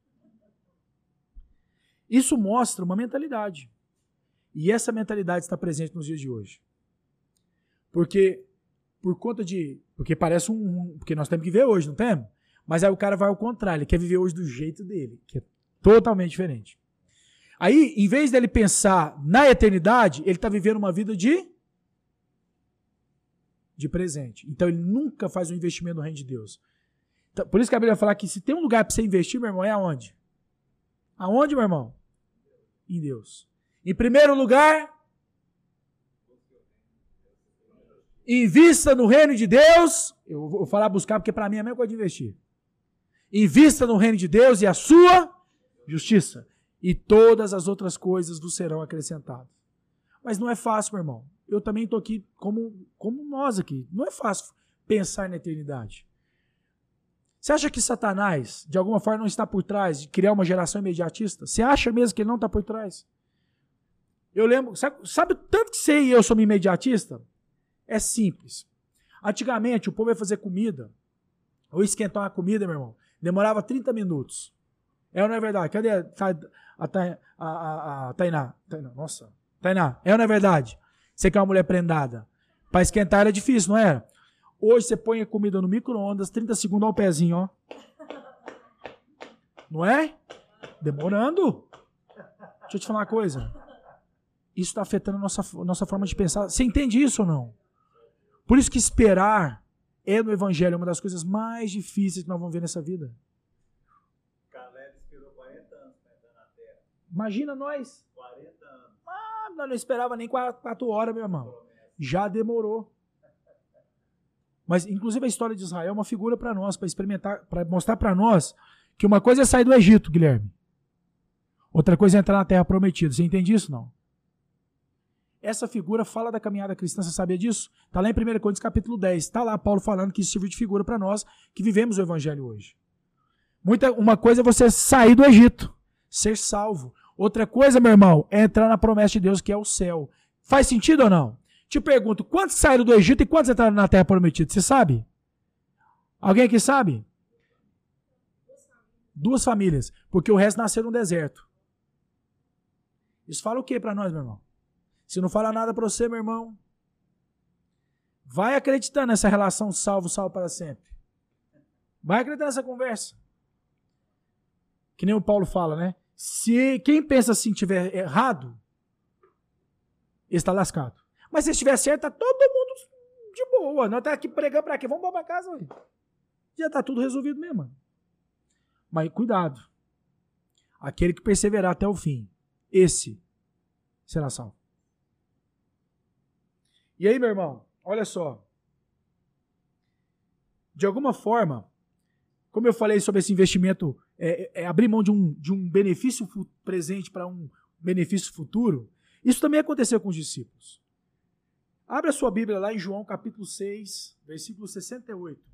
A: Isso mostra uma mentalidade. E essa mentalidade está presente nos dias de hoje. Porque, por conta de... Porque parece um... Porque nós temos que viver hoje, não temos? Mas aí o cara vai ao contrário, ele quer viver hoje do jeito dele, que é totalmente diferente. Aí, em vez dele pensar na eternidade, ele está vivendo uma vida de... de presente. Então ele nunca faz um investimento no reino de Deus. Então, por isso que a Bíblia fala que se tem um lugar para você investir, meu irmão, é aonde? Aonde, meu irmão? Em Deus. Em primeiro lugar, invista no reino de Deus. Eu vou falar buscar porque para mim é a mesma coisa de investir. Invista no reino de Deus e a sua justiça. E todas as outras coisas vos serão acrescentadas. Mas não é fácil, meu irmão. Eu também estou aqui como, como nós aqui. Não é fácil pensar na eternidade. Você acha que Satanás, de alguma forma, não está por trás de criar uma geração imediatista? Você acha mesmo que ele não está por trás? Eu lembro, sabe, sabe tanto que você e eu somos imediatistas? É simples. Antigamente, o povo ia fazer comida, ou esquentar uma comida, meu irmão, demorava trinta minutos. É ou não é verdade? Cadê a, a, a, a, a Tainá? Tainá? Nossa, Tainá, é ou não é verdade? Você que é uma mulher prendada. Para esquentar era difícil, não era? Hoje você põe a comida no micro-ondas, trinta segundos ao pezinho, ó. Não é? Demorando. Deixa eu te falar uma coisa. Isso está afetando a nossa, nossa forma de pensar. Você entende isso ou não? Por isso que esperar é no Evangelho uma das coisas mais difíceis que nós vamos ver nessa vida.
B: Caleb esperou quarenta anos para entrar na terra.
A: Imagina nós.
B: quarenta anos.
A: Ah, nós não esperava nem quatro horas, meu irmão. Já demorou. Mas, inclusive, a história de Israel é uma figura para nós, para experimentar, para mostrar para nós que uma coisa é sair do Egito, Guilherme. Outra coisa é entrar na Terra Prometida. Você entende isso, não? Essa figura fala da caminhada cristã, você sabia disso? Está lá em primeira Coríntios capítulo dez. Está lá Paulo falando que isso serviu de figura para nós que vivemos o Evangelho hoje. Muita, uma coisa é você sair do Egito, ser salvo. Outra coisa, meu irmão, é entrar na promessa de Deus, que é o céu. Faz sentido ou não? Te pergunto, quantos saíram do Egito e quantos entraram na Terra Prometida? Você sabe? Alguém aqui sabe? Duas famílias, porque o resto nasceu no deserto. Isso fala o que para nós, meu irmão? Se não fala nada para você, meu irmão, vai acreditando nessa relação salvo, salvo para sempre. Vai acreditando nessa conversa. Que nem o Paulo fala, né? Se quem pensa assim estiver errado, está lascado. Mas se estiver certo, está todo mundo de boa. Nós estamos aqui pregando para quê? Vamos para casa. Ué. Já está tudo resolvido mesmo. Mas cuidado. Aquele que perseverar até o fim, esse será salvo. E aí, meu irmão, olha só. De alguma forma, como eu falei sobre esse investimento, é, é abrir mão de um, de um benefício presente para um benefício futuro, isso também aconteceu com os discípulos. Abra a sua Bíblia lá em João capítulo seis, versículo sessenta e oito.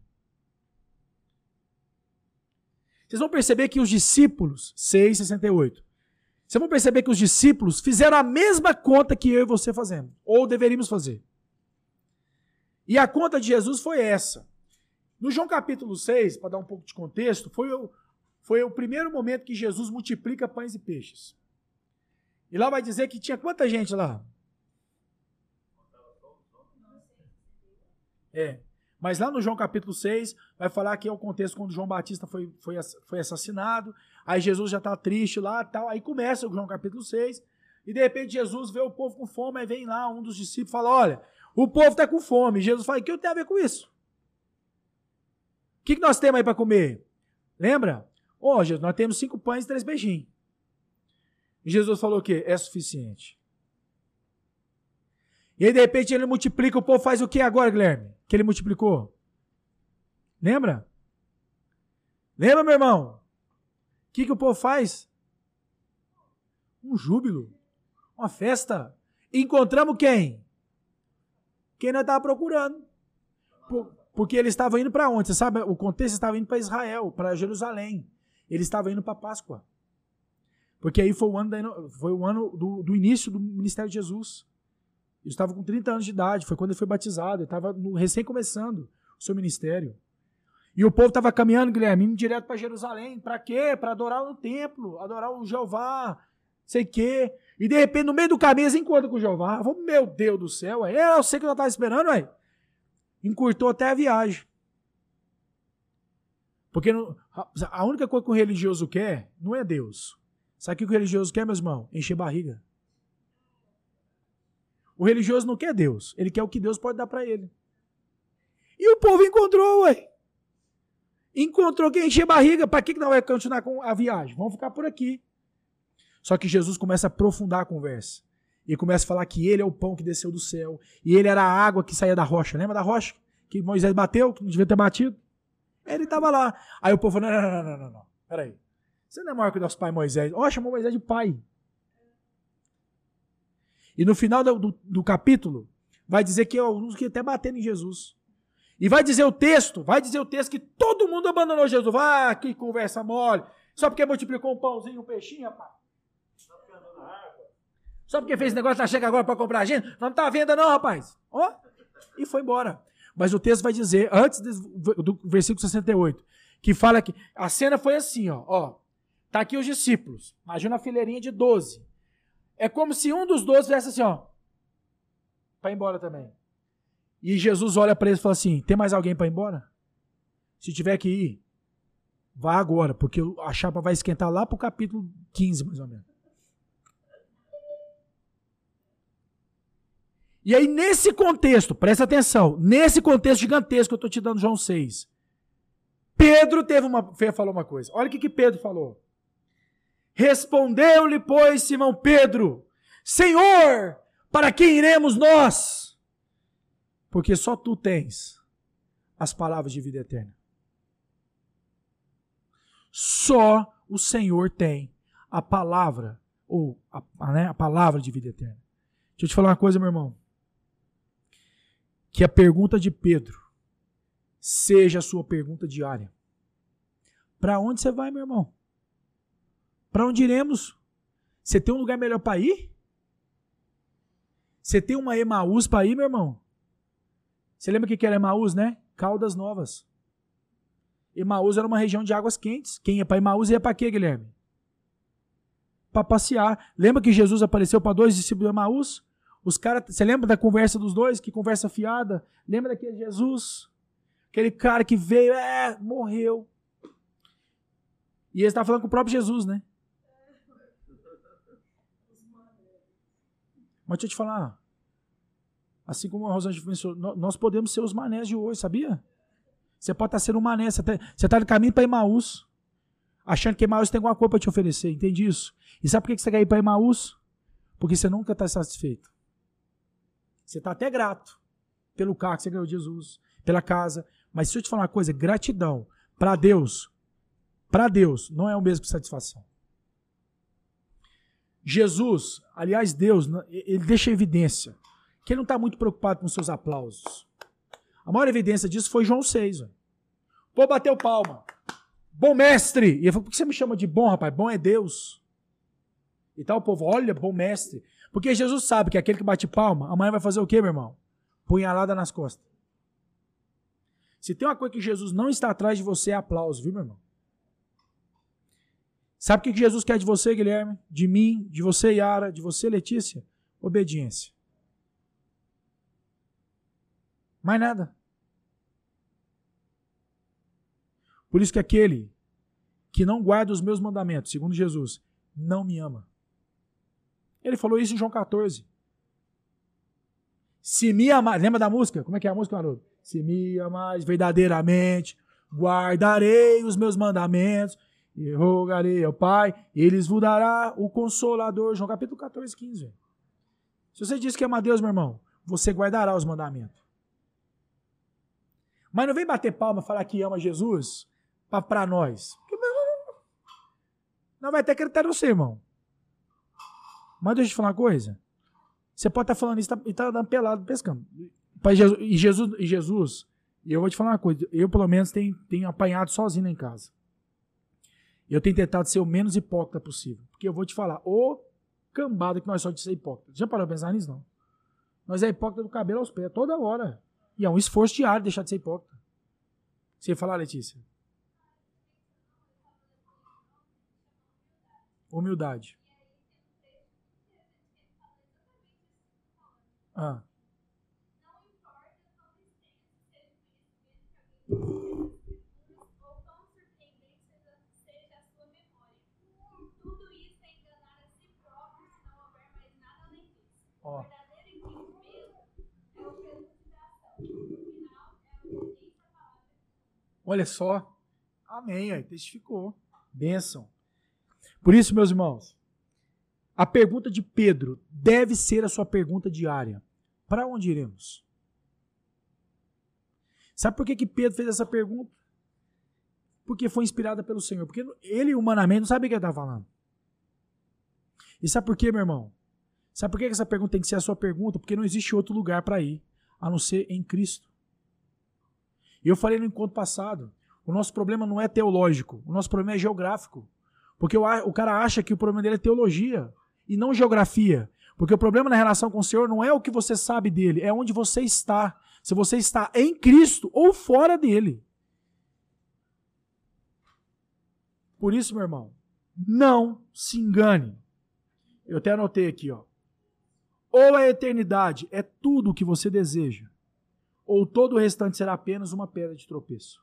A: Vocês vão perceber que os discípulos, seis, sessenta e oito, vocês vão perceber que os discípulos fizeram a mesma conta que eu e você fazemos, ou deveríamos fazer. E a conta de Jesus foi essa. No João capítulo seis, para dar um pouco de contexto, foi o, foi o primeiro momento que Jesus multiplica pães e peixes. E lá vai dizer que tinha quanta gente lá? É. Mas lá no João capítulo seis, vai falar que é o contexto quando João Batista foi, foi, foi assassinado. Aí Jesus já está triste lá e tal. Aí começa o João capítulo seis. E de repente Jesus vê o povo com fome. Aí vem lá um dos discípulos e fala: olha, o povo está com fome. E Jesus fala: o que eu tenho a ver com isso? O que, que nós temos aí para comer? Lembra? Ó, oh, Jesus, nós temos cinco pães e três peixinhos. E Jesus falou o quê? É suficiente. E aí de repente ele multiplica. O povo faz o que agora, Guilherme? Que ele multiplicou? Lembra? Lembra, meu irmão? O que, que o povo faz? Um júbilo. Uma festa. Encontramos quem? Quem nós estávamos procurando. Por, porque eles estavam indo para onde? Você sabe, o contexto estava indo para Israel, para Jerusalém. Eles estavam indo para Páscoa. Porque aí foi o ano, da, foi o ano do, do início do ministério de Jesus. Ele estava com trinta anos de idade, foi quando ele foi batizado, ele estava recém começando o seu ministério. E o povo estava caminhando, Guilherme, indo direto para Jerusalém. Para quê? Para adorar no templo, adorar o Jeová, sei quê. E de repente, no meio do caminho, eles encontram com o Jeová. Falei, meu Deus do céu, ué. Eu sei que eu estava esperando, ué. Encurtou até a viagem. Porque não, a única coisa que o religioso quer não é Deus. Sabe o que o religioso quer, meus irmãos? Encher barriga. O religioso não quer Deus. Ele quer o que Deus pode dar para ele. E o povo encontrou, ué. Encontrou quem encher barriga. Para que não vai continuar com a viagem? Vamos ficar por aqui. Só que Jesus começa a aprofundar a conversa. E começa a falar que ele é o pão que desceu do céu. E ele era a água que saía da rocha. Lembra da rocha? Que Moisés bateu, que não devia ter batido? Ele estava lá. Aí o povo falou, não, não, não, não, não. Peraí. Você não é maior que o nosso pai Moisés. Ó, chamou Moisés de pai. E no final do, do, do capítulo, vai dizer que alguns que até bateram em Jesus. E vai dizer o texto, vai dizer o texto que todo mundo abandonou Jesus. Ah, que conversa mole. Só porque multiplicou um pãozinho e um peixinho, rapaz. Só porque fez esse negócio, tá chega agora para comprar a gente. Não tá à venda não, rapaz. Ó, e foi embora. Mas o texto vai dizer, antes do, do versículo sessenta e oito, que fala que a cena foi assim, ó. ó tá aqui os discípulos. Imagina uma fileirinha de doze. É como se um dos doze viesse assim, ó, para ir embora também. E Jesus olha para eles e fala assim, tem mais alguém para ir embora? Se tiver que ir, vá agora, porque a chapa vai esquentar lá para o capítulo quinze, mais ou menos. E aí, nesse contexto, presta atenção, nesse contexto gigantesco que eu estou te dando João seis, Pedro teve uma, falou uma coisa. Olha o que, que Pedro falou. Respondeu-lhe, pois, Simão Pedro, Senhor, para quem iremos nós? Porque só tu tens as palavras de vida eterna. Só o Senhor tem a palavra, ou a, a, né, a palavra de vida eterna. Deixa eu te falar uma coisa, meu irmão. Que a pergunta de Pedro seja a sua pergunta diária. Para onde você vai, meu irmão? Para onde iremos? Você tem um lugar melhor para ir? Você tem uma Emaús para ir, meu irmão? Você lembra o que era Emaús, né? Caldas Novas. Emaús era uma região de águas quentes. Quem ia para Emaús ia para quê, Guilherme? Para passear. Lembra que Jesus apareceu para dois discípulos de Emaús? Os caras, você lembra da conversa dos dois? Que conversa fiada? Lembra daquele Jesus? Aquele cara que veio, é, morreu. E ele estava falando com o próprio Jesus, né? Mas deixa eu te falar. Assim como a Rosângela mencionou, nós podemos ser os manés de hoje, sabia? Você pode estar sendo um mané. Você está no caminho para Emaús. Achando que Emaús tem alguma coisa para te oferecer. Entende isso? E sabe por que você quer ir para Emaús? Porque você nunca está satisfeito. Você está até grato pelo carro que você ganhou de Jesus, pela casa. Mas se eu te falar uma coisa, gratidão para Deus, para Deus, não é o mesmo que satisfação. Jesus, aliás, Deus, ele deixa evidência que ele não está muito preocupado com seus aplausos. A maior evidência disso foi João seis. Ó. Pô, bateu palma. Bom mestre. E ele falou, por que você me chama de bom, rapaz? Bom é Deus. E tal, o povo, olha, bom mestre. Porque Jesus sabe que aquele que bate palma, amanhã vai fazer o quê, meu irmão? Punhalada nas costas. Se tem uma coisa que Jesus não está atrás de você, é aplauso, viu, meu irmão? Sabe o que Jesus quer de você, Guilherme? De mim, de você, Yara, de você, Letícia? Obediência. Mais nada. Por isso que aquele que não guarda os meus mandamentos, segundo Jesus, não me ama. Ele falou isso em João quatorze. Se me amar, lembra da música? Como é que é a música, Haroldo? Se me amais verdadeiramente, guardarei os meus mandamentos e rogarei ao Pai, eles vos dará o Consolador. João capítulo quatorze, quinze. Se você diz que ama a Deus, meu irmão, você guardará os mandamentos. Mas não vem bater palma e falar que ama Jesus para nós. Não vai ter critério você, irmão. Mas deixa eu te falar uma coisa. Você pode estar falando isso e tá dando pelado pescando. E Jesus, e Jesus, e eu vou te falar uma coisa. Eu, pelo menos, tenho, tenho apanhado sozinho em casa. Eu tenho tentado ser o menos hipócrita possível. Porque eu vou te falar, ô cambada que nós somos de ser hipócrita. Já parou pra pensar nisso, não? Nós é hipócrita do cabelo aos pés, toda hora. E é um esforço diário deixar de ser hipócrita. Você ia falar, Letícia? Humildade. Ah. Ó. Olha só. Amém, aí testificou. Bênção. Por isso, meus irmãos, a pergunta de Pedro deve ser a sua pergunta diária. Para onde iremos? Sabe por que, que Pedro fez essa pergunta? Porque foi inspirada pelo Senhor. Porque ele, humanamente, não sabe o que ele está falando. E sabe por quê, meu irmão? Sabe por que essa pergunta tem que ser a sua pergunta? Porque não existe outro lugar para ir, a não ser em Cristo. E eu falei no encontro passado, o nosso problema não é teológico, o nosso problema é geográfico. Porque o, o cara acha que o problema dele é teologia e não geografia. Porque o problema na relação com o Senhor não é o que você sabe dele, é onde você está. Se você está em Cristo ou fora dele. Por isso, meu irmão, não se engane. Eu até anotei aqui, ó. Ou a eternidade é tudo o que você deseja, ou todo o restante será apenas uma pedra de tropeço.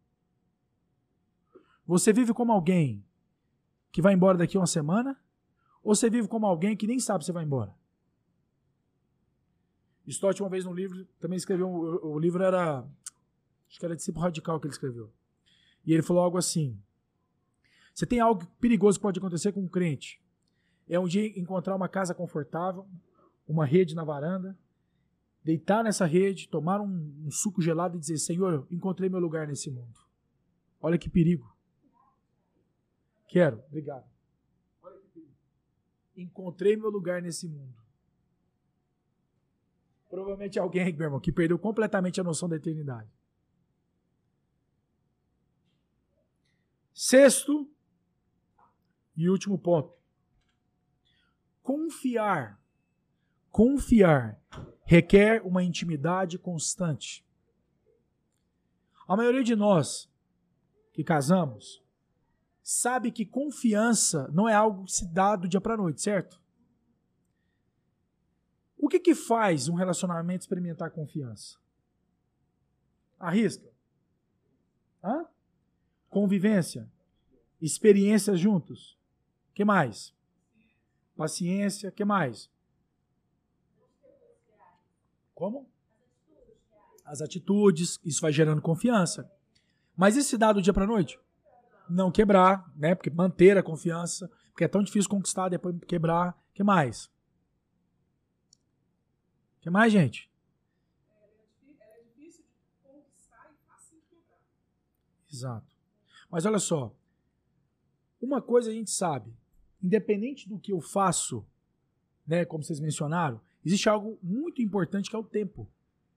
A: Você vive como alguém que vai embora daqui a uma semana, ou você vive como alguém que nem sabe se vai embora? Stott, uma vez no livro, também escreveu, o, o livro era, acho que era Discípulo Radical que ele escreveu. E ele falou algo assim, você tem algo perigoso que pode acontecer com um crente. É um dia encontrar uma casa confortável, uma rede na varanda, deitar nessa rede, tomar um, um suco gelado e dizer, Senhor, eu encontrei meu lugar nesse mundo. Olha que perigo. Quero, obrigado. Olha que perigo. Encontrei meu lugar nesse mundo. Provavelmente alguém, meu irmão, que perdeu completamente a noção da eternidade. Sexto e último ponto. Confiar. Confiar requer uma intimidade constante. A maioria de nós que casamos sabe que confiança não é algo que se dá do dia para a noite, certo? O que que faz um relacionamento experimentar confiança? Arrisca. Hã? Convivência. Experiências juntos. O que mais? Paciência. O que mais? Como? As atitudes. Isso vai gerando confiança. Mas e se dá do dia para a noite? Não quebrar, né? Porque manter a confiança. Porque é tão difícil conquistar, depois quebrar. O que mais? O que mais, gente?
C: Ela é difícil de conquistar e fácil de quebrar.
A: Exato. Mas olha só. Uma coisa a gente sabe. Independente do que eu faço, né, como vocês mencionaram, existe algo muito importante que é o tempo.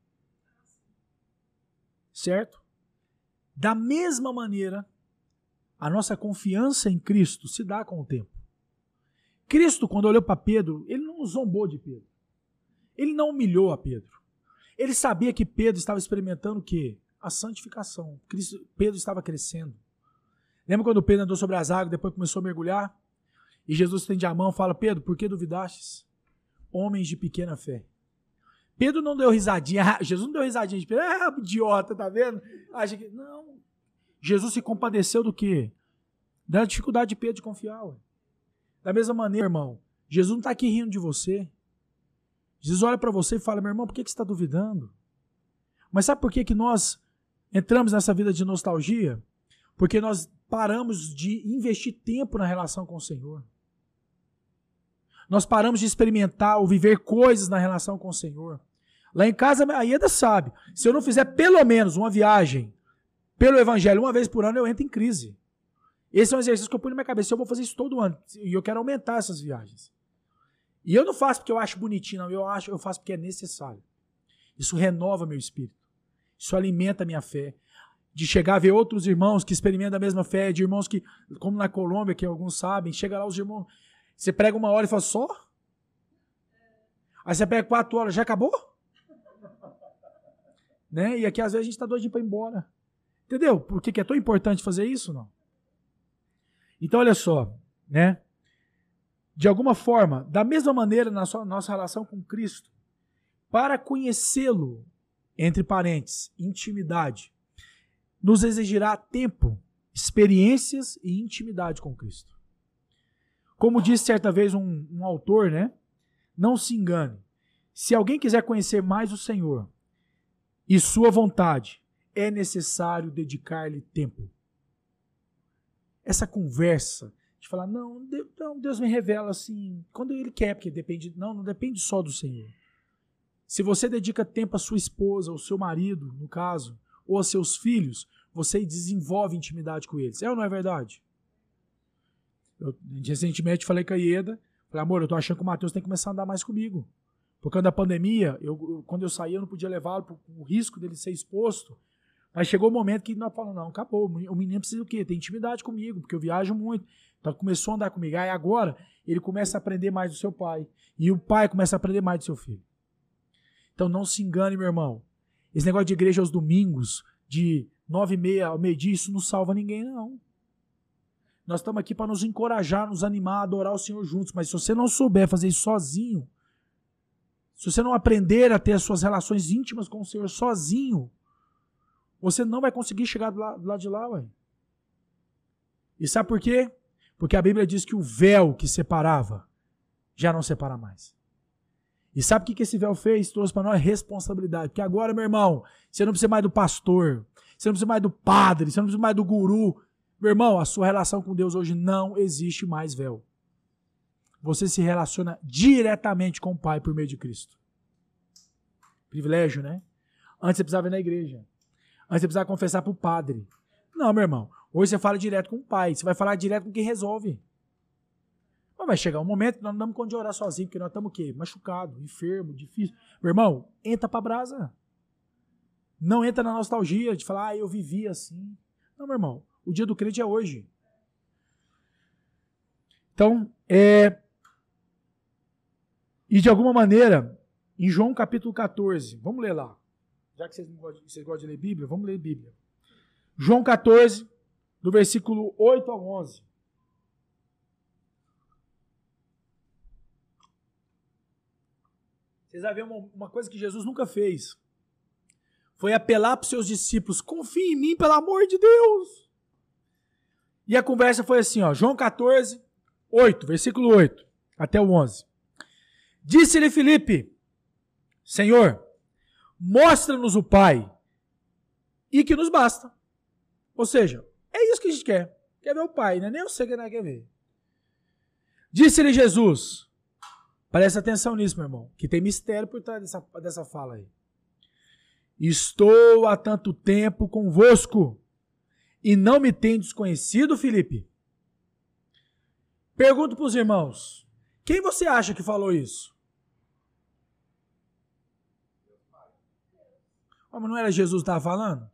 A: Certo? Da mesma maneira, a nossa confiança em Cristo se dá com o tempo. Cristo, quando olhou para Pedro, ele não zombou de Pedro. Ele não humilhou a Pedro. Ele sabia que Pedro estava experimentando o quê? a santificação. Cristo, Pedro estava crescendo. Lembra quando Pedro andou sobre as águas, depois começou a mergulhar? E Jesus estende a mão e fala, Pedro, por que duvidastes? Homens de pequena fé. Pedro não deu risadinha, Jesus não deu risadinha de Pedro, ah, idiota, tá vendo? Acha que... Não. Jesus se compadeceu do quê? Da dificuldade de Pedro de confiar. Ué. Da mesma maneira, irmão, Jesus não está aqui rindo de você. Jesus olha para você e fala, meu irmão, por que, que você está duvidando? Mas sabe por que, que nós entramos nessa vida de nostalgia? Porque nós paramos de investir tempo na relação com o Senhor. Nós paramos de experimentar ou viver coisas na relação com o Senhor. Lá em casa, a Ieda sabe, se eu não fizer pelo menos uma viagem pelo Evangelho uma vez por ano, eu entro em crise. Esse é um exercício que eu pus na minha cabeça, eu vou fazer isso todo ano, e eu quero aumentar essas viagens. E eu não faço porque eu acho bonitinho, não, eu, acho, eu faço porque é necessário. Isso renova meu espírito, isso alimenta a minha fé. De chegar a ver outros irmãos que experimentam a mesma fé, de irmãos que, como na Colômbia, que alguns sabem, chega lá os irmãos, você prega uma hora e fala, só? Aí você prega quatro horas, já acabou? Né? E aqui às vezes a gente está doidinho para ir embora. Entendeu? Por que, que é tão importante fazer isso? Não? Então olha só, né? De alguma forma, da mesma maneira na sua, nossa relação com Cristo, para conhecê-lo, entre parênteses, intimidade, nos exigirá tempo, experiências e intimidade com Cristo. Como disse certa vez um, um autor, né? Não se engane. Se alguém quiser conhecer mais o Senhor e sua vontade, é necessário dedicar-lhe tempo. Essa conversa de falar, não, Deus me revela assim, quando Ele quer, porque depende, não, não depende só do Senhor. Se você dedica tempo à sua esposa, ao seu marido, no caso, ou a seus filhos, você desenvolve intimidade com eles. É ou não é verdade? Eu recentemente falei com a Ieda, falei, amor, eu tô achando que o Matheus tem que começar a andar mais comigo. Por causa da pandemia, eu, eu, quando eu saía, eu não podia levá-lo por o risco dele ser exposto. Mas chegou o um momento que nós falamos, não, acabou, o menino precisa o quê? Ter intimidade comigo, porque eu viajo muito. Então começou a andar comigo. Aí agora, ele começa a aprender mais do seu pai. E o pai começa a aprender mais do seu filho. Então não se engane, meu irmão. Esse negócio de igreja aos domingos, de nove e meia ao meio-dia, isso não salva ninguém, não. Nós estamos aqui para nos encorajar, nos animar a adorar o Senhor juntos. Mas se você não souber fazer isso sozinho, se você não aprender a ter as suas relações íntimas com o Senhor sozinho, você não vai conseguir chegar do lado, do lado de lá, ué. E sabe por quê? Porque a Bíblia diz que o véu que separava já não separa mais. E sabe o que esse véu fez? Trouxe para nós responsabilidade. Porque agora, meu irmão, você não precisa mais do pastor, você não precisa mais do padre, você não precisa mais do guru. Meu irmão, a sua relação com Deus hoje não existe mais véu. Você se relaciona diretamente com o Pai por meio de Cristo. Privilégio, né? Antes você precisava ir na igreja. Antes você precisava confessar para o padre. Não, meu irmão. Hoje você fala direto com o Pai. Você vai falar direto com quem resolve. Mas vai chegar um momento que nós não damos conta de orar sozinho, porque nós estamos o quê? Machucado, enfermo, difícil. Meu irmão, entra para a brasa. Não entra na nostalgia de falar, ah, eu vivi assim. Não, meu irmão. O dia do crente é hoje. Então, é... E de alguma maneira, em João capítulo catorze, vamos ler lá. Já que vocês, não gostam, vocês gostam de ler Bíblia, vamos ler Bíblia. João catorze, do versículo oito ao onze. Vocês vão ver uma, uma coisa que Jesus nunca fez. Foi apelar para os seus discípulos, confiem em mim, pelo amor de Deus. E a conversa foi assim, ó, João catorze, oito, versículo oito, até o onze. Disse-lhe Filipe, Senhor, mostra-nos o Pai, e que nos basta. Ou seja, é isso que a gente quer. Quer ver o Pai, né? Nem eu sei que nós quer ver. Disse-lhe Jesus, presta atenção nisso, meu irmão, que tem mistério por trás dessa, dessa fala aí. Estou há tanto tempo convosco, e não me tendes conhecido, Filipe? Pergunto para os irmãos, quem você acha que falou isso? Oh, mas não era Jesus que estava falando?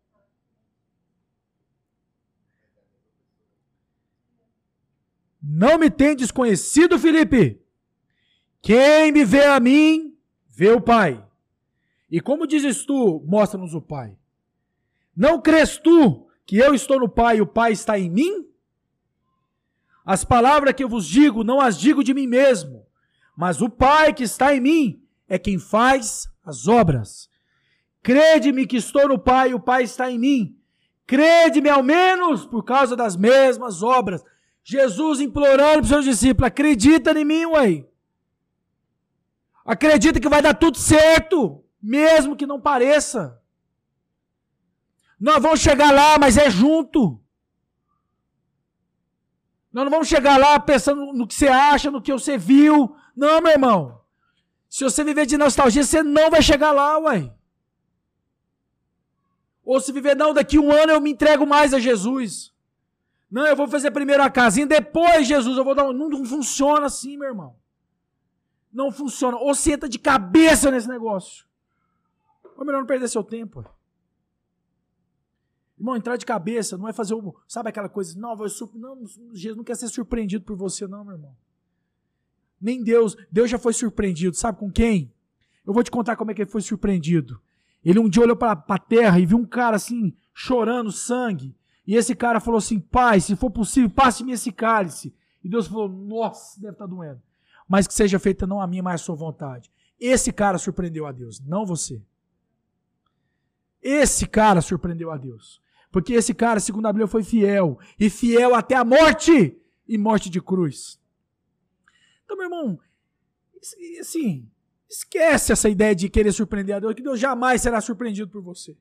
A: Não me tendes conhecido, Filipe? Quem me vê a mim, vê o Pai. E como dizes tu, mostra-nos o Pai. Não crês tu que eu estou no Pai e o Pai está em mim? As palavras que eu vos digo, não as digo de mim mesmo, mas o Pai que está em mim é quem faz as obras. Crede-me que estou no Pai e o Pai está em mim. Crede-me ao menos por causa das mesmas obras. Jesus implorando para os seus discípulos, acredita em mim, ué. Acredita que vai dar tudo certo, mesmo que não pareça. Nós vamos chegar lá, mas é junto. Nós não vamos chegar lá pensando no que você acha, no que você viu. Não, meu irmão. Se você viver de nostalgia, você não vai chegar lá, ué. Ou se viver, não, daqui um ano eu me entrego mais a Jesus. Não, eu vou fazer primeiro a casinha, depois Jesus eu vou dar um... Não, não funciona assim, meu irmão. Não funciona. Ou você entra de cabeça nesse negócio. Ou melhor não perder seu tempo. Irmão, entrar de cabeça não é fazer o... Sabe aquela coisa? Não, vou surpre... não, Jesus não quer ser surpreendido por você não, meu irmão. Nem Deus. Deus já foi surpreendido. Sabe com quem? Eu vou te contar como é que ele foi surpreendido. Ele um dia olhou para a terra e viu um cara assim, chorando sangue. E esse cara falou assim, Pai, se for possível, passe-me esse cálice. E Deus falou, nossa, deve estar doendo. Mas que seja feita não a minha, mas a sua vontade. Esse cara surpreendeu a Deus, não você. Esse cara surpreendeu a Deus. Porque esse cara, segundo a Bíblia, foi fiel. E fiel até a morte. E morte de cruz. Então, meu irmão, assim, esquece essa ideia de querer surpreender a Deus, que Deus jamais será surpreendido por você.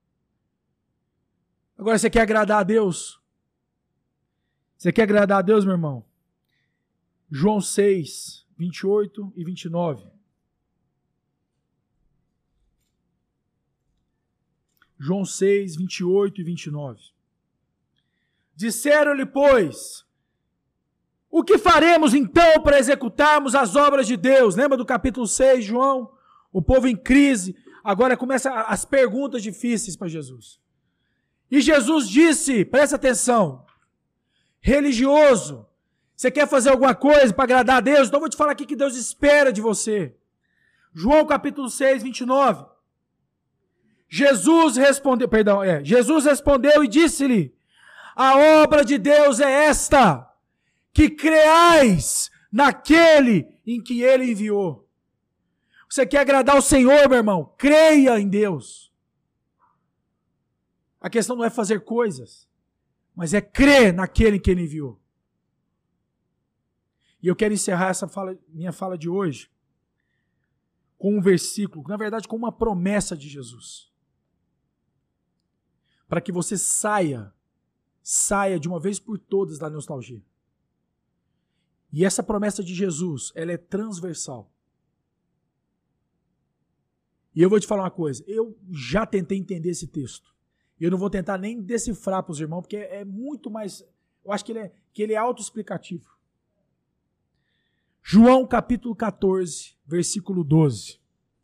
A: Agora, você quer agradar a Deus? Você quer agradar a Deus, meu irmão? João seis, vinte e oito e vinte e nove. João seis, vinte e oito e vinte e nove. Disseram-lhe, pois, o que faremos então para executarmos as obras de Deus? Lembra do capítulo seis, João? O povo em crise. Agora começam as perguntas difíceis para Jesus. E Jesus disse, presta atenção, religioso, você quer fazer alguma coisa para agradar a Deus? Então eu vou te falar aqui que Deus espera de você. João capítulo seis, vinte e nove. Jesus respondeu, perdão, é, Jesus respondeu e disse-lhe, a obra de Deus é esta, que creais naquele em que ele enviou. Você quer agradar o Senhor, meu irmão? Creia em Deus. A questão não é fazer coisas, mas é crer naquele em que ele enviou. E eu quero encerrar essa fala, minha fala de hoje com um versículo, na verdade com uma promessa de Jesus. Para que você saia, saia de uma vez por todas da nostalgia. E essa promessa de Jesus, ela é transversal. E eu vou te falar uma coisa, eu já tentei entender esse texto. E eu não vou tentar nem decifrar para os irmãos, porque é muito mais, eu acho que ele é, que ele é autoexplicativo. João capítulo catorze, versículo doze.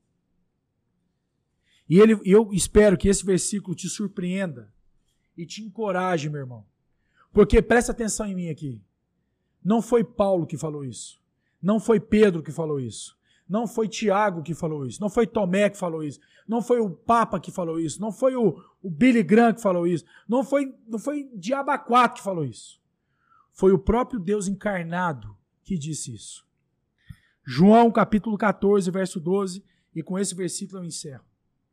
A: E ele, eu espero que esse versículo te surpreenda e te encoraje, meu irmão. Porque presta atenção em mim aqui. Não foi Paulo que falou isso. Não foi Pedro que falou isso. Não foi Tiago que falou isso. Não foi Tomé que falou isso. Não foi o Papa que falou isso. Não foi o, o Billy Graham que falou isso. Não foi, não foi Diaba quatro que falou isso. Foi o próprio Deus encarnado que disse isso. João capítulo catorze, verso doze. E com esse versículo eu encerro.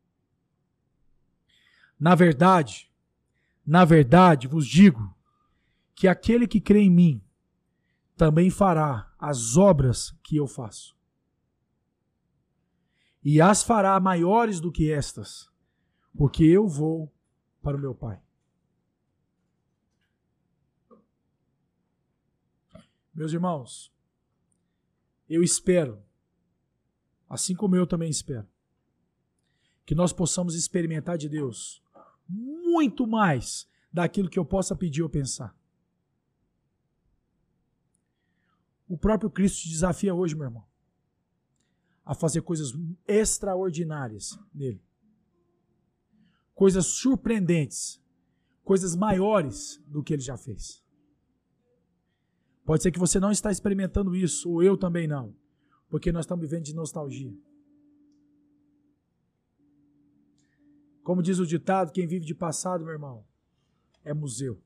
A: Na verdade, na verdade vos digo que aquele que crê em mim também fará as obras que eu faço. E as fará maiores do que estas, porque eu vou para o meu Pai. Meus irmãos, eu espero, assim como eu também espero, que nós possamos experimentar de Deus muito mais daquilo que eu possa pedir ou pensar. O próprio Cristo te desafia hoje, meu irmão, a fazer coisas extraordinárias nele. Coisas surpreendentes, coisas maiores do que ele já fez. Pode ser que você não está experimentando isso, ou eu também não, porque nós estamos vivendo de nostalgia. Como diz o ditado, quem vive de passado, meu irmão, é museu.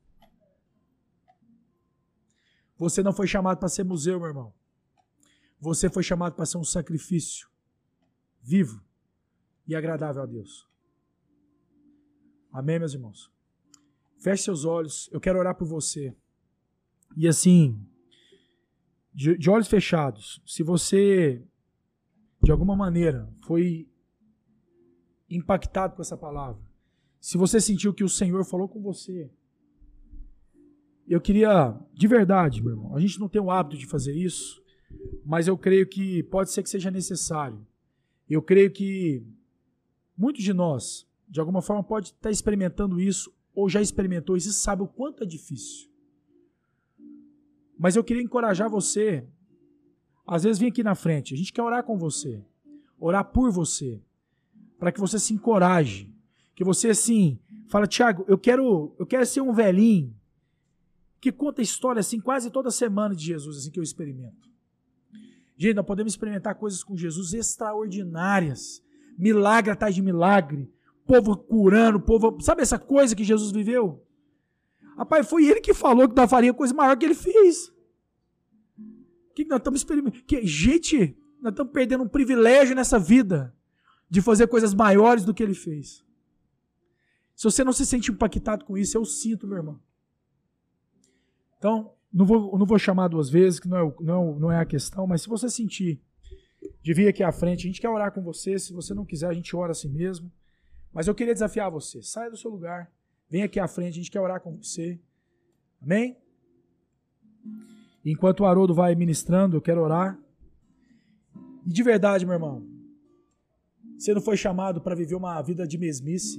A: Você não foi chamado para ser museu, meu irmão. Você foi chamado para ser um sacrifício vivo e agradável a Deus. Amém, meus irmãos? Feche seus olhos, eu quero orar por você. E assim, de, de olhos fechados, se você, de alguma maneira, foi impactado com essa palavra, se você sentiu que o Senhor falou com você, eu queria, de verdade, meu irmão, a gente não tem o hábito de fazer isso, mas eu creio que pode ser que seja necessário. Eu creio que muitos de nós, de alguma forma, pode estar experimentando isso, ou já experimentou isso e sabe o quanto é difícil. Mas eu queria encorajar você, às vezes vem aqui na frente, a gente quer orar com você, orar por você, para que você se encoraje, que você assim, fala, Tiago, eu quero, eu quero ser um velhinho que conta história assim quase toda semana de Jesus, assim que eu experimento. Gente, nós podemos experimentar coisas com Jesus extraordinárias, milagre atrás de milagre, povo curando, povo, sabe essa coisa que Jesus viveu? Rapaz, foi ele que falou que nós faríamos coisa maior que ele fez. O que nós estamos experimentando? Que, gente, nós estamos perdendo um privilégio nessa vida de fazer coisas maiores do que ele fez. Se você não se sente impactado com isso, eu sinto, meu irmão. Então, não vou, não vou chamar duas vezes, que não é, não, não é a questão, mas se você sentir de vir aqui à frente, a gente quer orar com você, se você não quiser, a gente ora assim mesmo. Mas eu queria desafiar você, saia do seu lugar, vem aqui à frente, a gente quer orar com você. Amém? Enquanto o Haroldo vai ministrando, eu quero orar. E de verdade, meu irmão, você não foi chamado para viver uma vida de mesmice.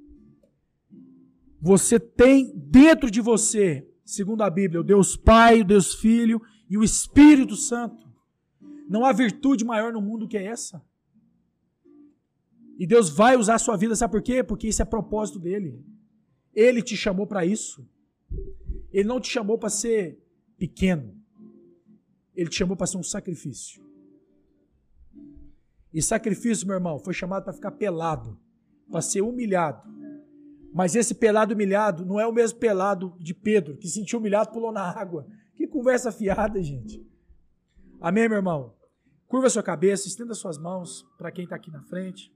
A: Você tem dentro de você, segundo a Bíblia, o Deus Pai, o Deus Filho e o Espírito Santo. Não há virtude maior no mundo que essa. E Deus vai usar a sua vida, sabe por quê? Porque isso é propósito dele. Ele te chamou para isso. Ele não te chamou para ser pequeno. Ele te chamou para ser um sacrifício. E sacrifício, meu irmão, foi chamado para ficar pelado, para ser humilhado. Mas esse pelado humilhado não é o mesmo pelado de Pedro, que sentiu humilhado e pulou na água. Que conversa fiada, gente. Amém, meu irmão? Curva a sua cabeça, estenda suas mãos para quem está aqui na frente.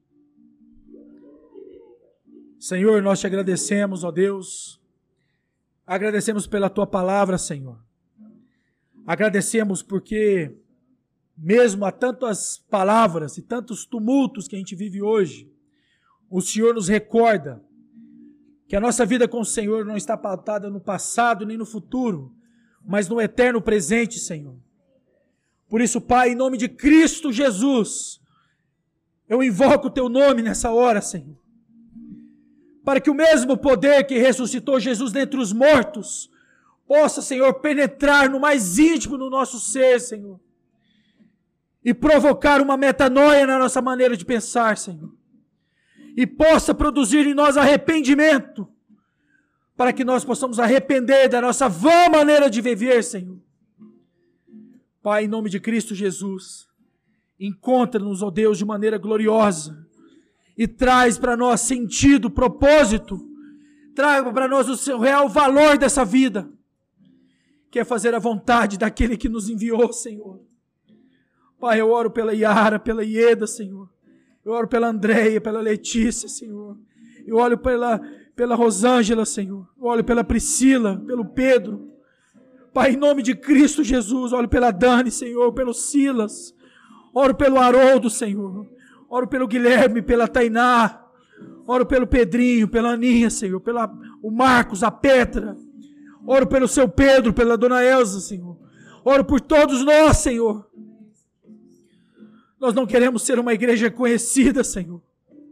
A: Senhor, nós te agradecemos, ó Deus. Agradecemos pela tua palavra, Senhor. Agradecemos porque, mesmo há tantas palavras e tantos tumultos que a gente vive hoje, o Senhor nos recorda que a nossa vida com o Senhor não está pautada no passado nem no futuro, mas no eterno presente, Senhor. Por isso, Pai, em nome de Cristo Jesus, eu invoco o teu nome nessa hora, Senhor. Para que o mesmo poder que ressuscitou Jesus dentre os mortos possa, Senhor, penetrar no mais íntimo do nosso ser, Senhor. E provocar uma metanoia na nossa maneira de pensar, Senhor. E possa produzir em nós arrependimento, para que nós possamos arrepender da nossa vã maneira de viver, Senhor. Pai, em nome de Cristo Jesus, encontra-nos, ó Deus, de maneira gloriosa, e traz para nós sentido, propósito, traga para nós o seu real valor dessa vida, que é fazer a vontade daquele que nos enviou, Senhor. Pai, eu oro pela Yara, pela Ieda, Senhor. Eu oro pela Andréia, pela Letícia, Senhor. Eu oro pela, pela Rosângela, Senhor. Eu oro pela Priscila, pelo Pedro. Pai, em nome de Cristo Jesus, oro pela Dani, Senhor, pelo Silas. Oro pelo Haroldo, Senhor. Oro pelo Guilherme, pela Tainá. Oro pelo Pedrinho, pela Aninha, Senhor. Pela o Marcos, a Petra. Oro pelo seu Pedro, pela Dona Elza, Senhor. Oro por todos nós, Senhor. Nós não queremos ser uma igreja conhecida, Senhor.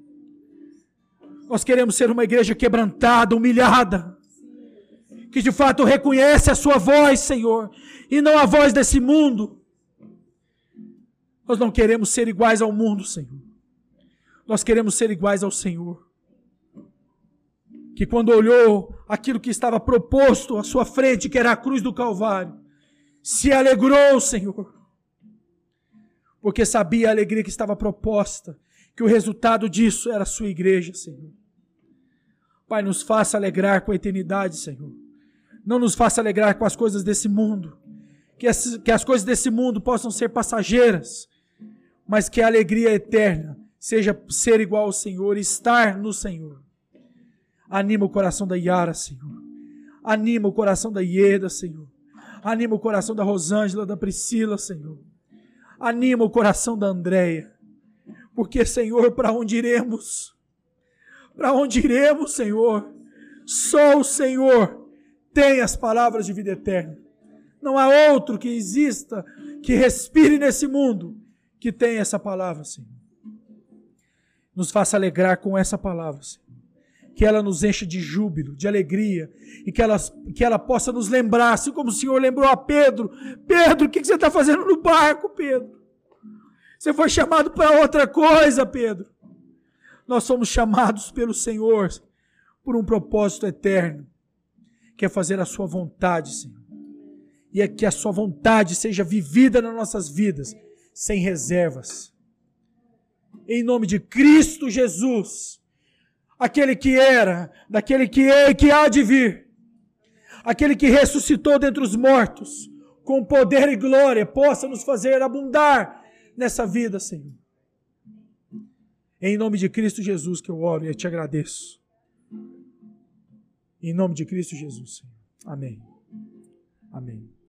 A: Nós queremos ser uma igreja quebrantada, humilhada. Que de fato reconhece a sua voz, Senhor. E não a voz desse mundo. Nós não queremos ser iguais ao mundo, Senhor. Nós queremos ser iguais ao Senhor. Que quando olhou aquilo que estava proposto à sua frente, que era a cruz do Calvário, se alegrou, Senhor. Porque sabia a alegria que estava proposta, que o resultado disso era a sua igreja, Senhor. Pai, nos faça alegrar com a eternidade, Senhor. Não nos faça alegrar com as coisas desse mundo. Que as, que as coisas desse mundo possam ser passageiras, mas que a alegria eterna seja ser igual ao Senhor e estar no Senhor. Anima o coração da Yara, Senhor. Anima o coração da Ieda, Senhor. Anima o coração da Rosângela, da Priscila, Senhor. Anima o coração da Andréia. Porque, Senhor, para onde iremos? Para onde iremos, Senhor? Só o Senhor tem as palavras de vida eterna. Não há outro que exista, que respire nesse mundo, que tenha essa palavra, Senhor. Nos faça alegrar com essa palavra, Senhor. Que ela nos encha de júbilo, de alegria, e que ela, que ela possa nos lembrar, assim como o Senhor lembrou a Pedro. Pedro, o que você está fazendo no barco, Pedro? Você foi chamado para outra coisa, Pedro. Nós somos chamados pelo Senhor por um propósito eterno, que é fazer a sua vontade, Senhor. E é que a sua vontade seja vivida nas nossas vidas, sem reservas. Em nome de Cristo Jesus, aquele que era, daquele que é e que há de vir, aquele que ressuscitou dentre os mortos, com poder e glória, possa nos fazer abundar nessa vida, Senhor. Em nome de Cristo Jesus que eu oro e eu te agradeço. Em nome de Cristo Jesus, Senhor. Amém. Amém.